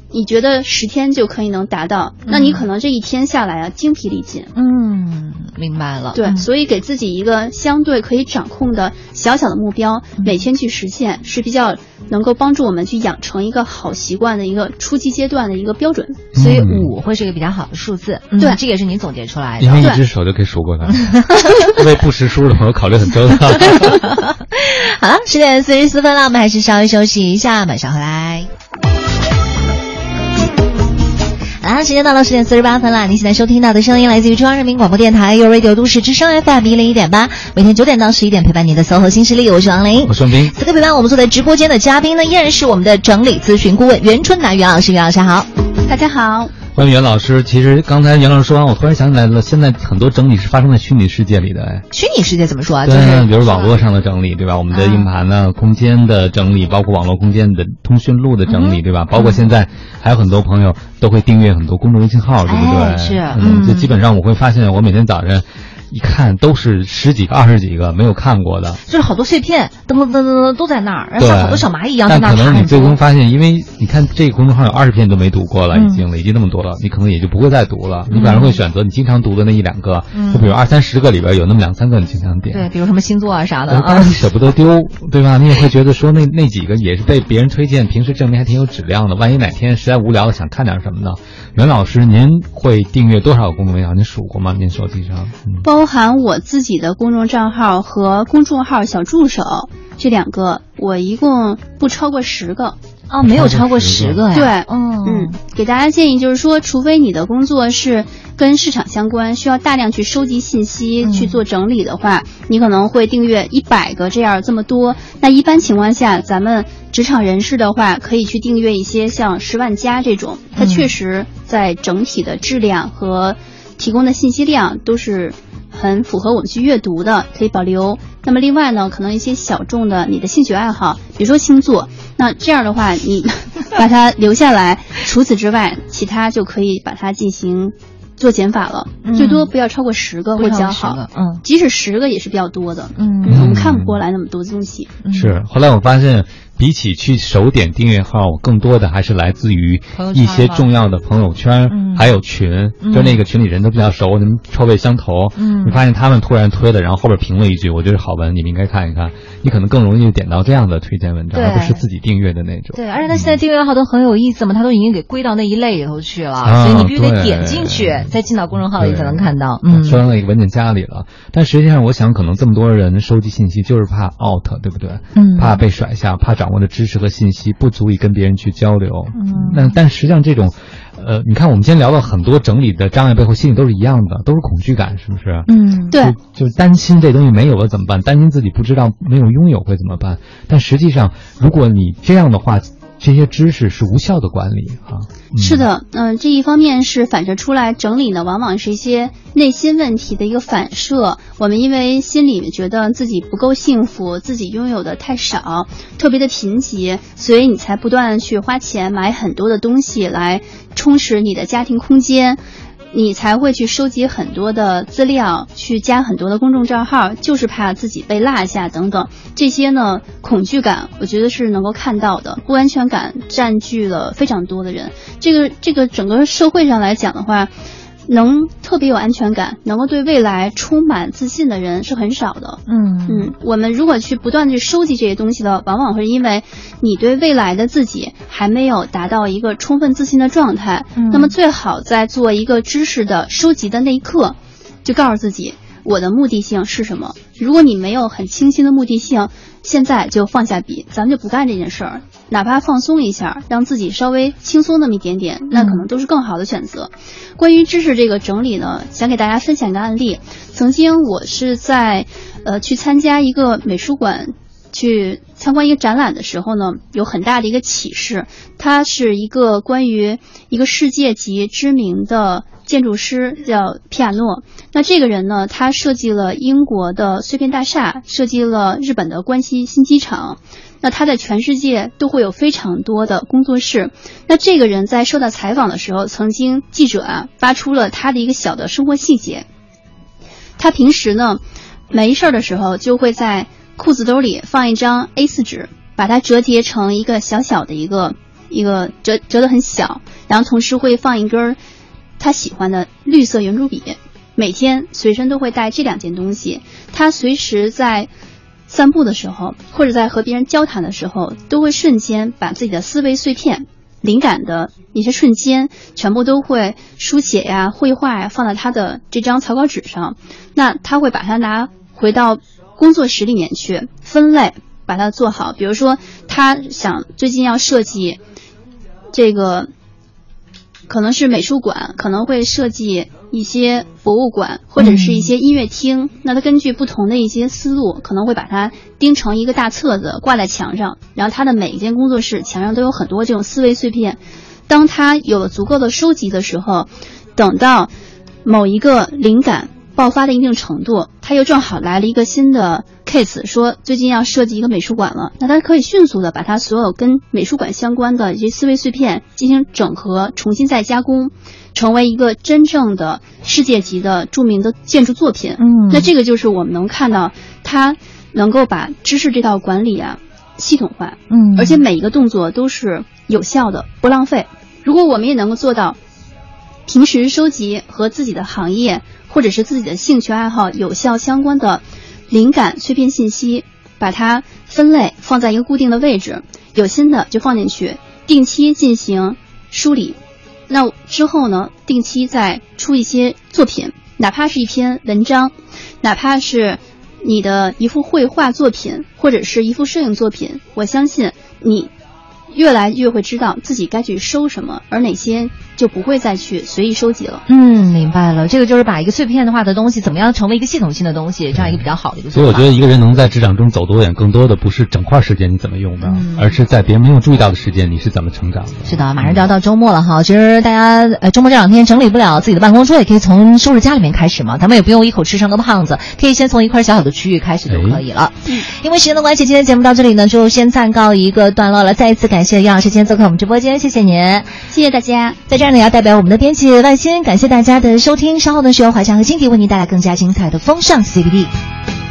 你觉得十天就可以能达到，那你可能这一天下来啊精疲力尽。 嗯，明白了。 对、 嗯， 所以给自己一个相对可以掌控的小小的目标， 嗯、 每天去实现，是比较能够帮助我们去养成一个好习惯的一个初级阶段的一个标准。 所以五会是一个比较好的数字。嗯、对，这也是您总结出来的。 因为一只手就可以数过来，为不识数的朋友考虑很周到。 好了，十点四十四分了，我们还是稍微休息一下，马上回来。啊，时间到了十点四十八分了。您现在收听到的声音来自于中央人民广播电台 You Radio 都市之声 F M 一零一点八，每天九点到十一点陪伴您的 S O H O 新势力，我是王琳， 我是王斌。 此刻陪伴我们坐在直播间的嘉宾呢，依然是我们的整理咨询顾问袁春楠袁老师，袁老师好。 大家好。 关于袁老师，其实刚才袁老师说完，我突然想起来了，现在很多整理是发生在虚拟世界里的。哎， 虚拟世界怎么说啊？ 对， 就是比如网络上的整理，对吧？我们的硬盘呢、啊、空间的整理，包括网络空间的通讯录的整理，嗯、对吧？包括现在还有很多朋友都会订阅很多公众微信号，对不对？ 哎、是， 嗯，就基本上我会发现，我每天早晨一看都是十几个、二十几个没有看过的， 就是好多碎片，噔噔噔噔噔都在那儿，然后像好多小蚂蚁一样在那儿。 但可能你最终发现，因为你看这个公众号有二十篇都没读过了，已经累积那么多了，嗯、你可能也就不会再读了。你反而会选择你经常读的那一两个，嗯、就比如二三十个里边有那么两三个你经常点。 对，比如什么星座啊啥的。 当然你舍不得丢，对吧？你也会觉得说那那几个也是被别人推荐，平时证明还挺有质量的。万一哪天实在无聊了想看点什么呢？袁老师，您会订阅多少个公众微信号？您数过吗？您手机上？嗯、 包含我自己的公众账号和公众号小助手这两个，我一共不超过十个。 哦，没有超过十个呀。 对，嗯嗯，给大家建议就是说，除非你的工作是跟市场相关，需要大量去收集信息、嗯、去做整理的话，你可能会订阅一百个这样这么多。那一般情况下，咱们职场人士的话，可以去订阅一些像十万加这种，它确实在整体的质量和提供的信息量都是很符合我们去阅读的，可以保留。那么另外呢，可能一些小众的你的兴趣爱好，比如说星座，那这样的话你把它留下来，除此之外其他就可以把它进行做减法了，嗯、最多不要超过十个会比较好。 嗯， 即使十个也是比较多的。 嗯， 我们看不过来那么多东西。 嗯、是，后来我发现比起去手点订阅号，更多的还是来自于一些重要的朋友圈，嗯、还有群，嗯、就那个群里人都比较熟，你们臭味相投。嗯，你发现他们突然推的，然后后边评了一句，我觉得好文，你们应该看一看，你可能更容易点到这样的推荐文章，而不是自己订阅的那种。 对，而且他现在订阅号都很有意思嘛，他都已经给归到那一类里头去了，啊、所以你必须得点进去，再进到公众号里才能看到。嗯， 说到那个文件夹里了，但实际上我想，可能这么多人收集信息，就是怕 out， 对不对？嗯，怕被甩下，怕掌握的知识和信息。信息不足以跟别人去交流，嗯，那但实际上这种，呃，你看我们今天聊到很多整理的障碍背后，心里都是一样的，都是恐惧感，是不是？ 嗯，对， 就, 就担心这东西没有了怎么办？担心自己不知道没有拥有会怎么办？但实际上，如果你这样的话，这些知识是无效的管理啊。 嗯、是的，嗯、呃，这一方面是反射出来，整理呢往往是一些内心问题的一个反射。我们因为心里觉得自己不够幸福，自己拥有的太少，特别的贫瘠，所以你才不断去花钱买很多的东西来充实你的家庭空间。你才会去收集很多的资料，去加很多的公众账号，就是怕自己被落下等等。这些呢，恐惧感我觉得是能够看到的，不安全感占据了非常多的人。这个这个整个社会上来讲的话，能特别有安全感，能够对未来充满自信的人是很少的。 嗯嗯，我们如果去不断的去收集这些东西的，往往会因为你对未来的自己还没有达到一个充分自信的状态。嗯，那么最好在做一个知识的收集的那一刻，就告诉自己我的目的性是什么。如果你没有很清晰的目的性，现在就放下笔，咱们就不干这件事儿，哪怕放松一下，让自己稍微轻松那么一点点，那可能都是更好的选择。嗯、关于知识这个整理呢，想给大家分享一个案例。曾经我是在呃去参加一个美术馆，去参观一个展览的时候呢，有很大的一个启示。它是一个关于一个世界级知名的建筑师叫皮亚诺。那这个人呢，他设计了英国的碎片大厦，设计了日本的关西新机场。那他在全世界都会有非常多的工作室。那这个人在受到采访的时候，曾经记者啊扒出了他的一个小的生活细节。他平时呢没事的时候就会在裤子兜里放一张 A 四 纸，把它折叠成一个小小的一个一个折折得很小，然后同时会放一根他喜欢的绿色圆珠笔，每天随身都会带这两件东西。他随时在散步的时候，或者在和别人交谈的时候，都会瞬间把自己的思维碎片、灵感的一些瞬间，全部都会书写呀、绘画呀，放在他的这张草稿纸上。那他会把它拿回到工作室里面去分类，把它做好。比如说，他想最近要设计这个，可能是美术馆，可能会设计一些博物馆或者是一些音乐厅、嗯、那他根据不同的一些思路，可能会把它钉成一个大册子挂在墙上，然后他的每一间工作室墙上都有很多这种思维碎片。当他有了足够的收集的时候，等到某一个灵感爆发的一定程度，他又正好来了一个新的 case， 说最近要设计一个美术馆了，那他可以迅速的把他所有跟美术馆相关的一些思维碎片进行整合，重新再加工，成为一个真正的世界级的著名的建筑作品。 嗯， 那这个就是我们能看到他能够把知识这套管理啊系统化， 嗯， 而且每一个动作都是有效的，不浪费。如果我们也能够做到平时收集和自己的行业或者是自己的兴趣爱好有效相关的灵感碎片信息，把它分类放在一个固定的位置，有新的就放进去，定期进行梳理。那之后呢，定期再出一些作品，哪怕是一篇文章，哪怕是你的一幅绘画作品或者是一幅摄影作品，我相信你越来越会知道自己该去收什么，而哪些就不会再去随意收集了。 嗯，明白了，这个就是把一个碎片化的东西怎么样成为一个系统性的东西，这样一个比较好的一个做法。 所以我觉得一个人能在职场中走多远，更多的不是整块时间你怎么用的、嗯、而是在别人没有注意到的时间你是怎么成长的。 是的，马上就要到周末了哈，其实大家呃周末这两天整理不了自己的办公桌，也可以从收拾家里面开始嘛，咱们也不用一口吃成个胖子，可以先从一块小小的区域开始就可以了。嗯，因为时间的关系，今天节目到这里呢就先暂告一个段落了，再一次感谢杨老师今天做客我们直播间，谢谢您。 谢谢大家。 在这儿呢，也要代表我们的编辑万欣感谢大家的收听，稍后呢是由华强和金迪为您带来更加精彩的风尚 C B D。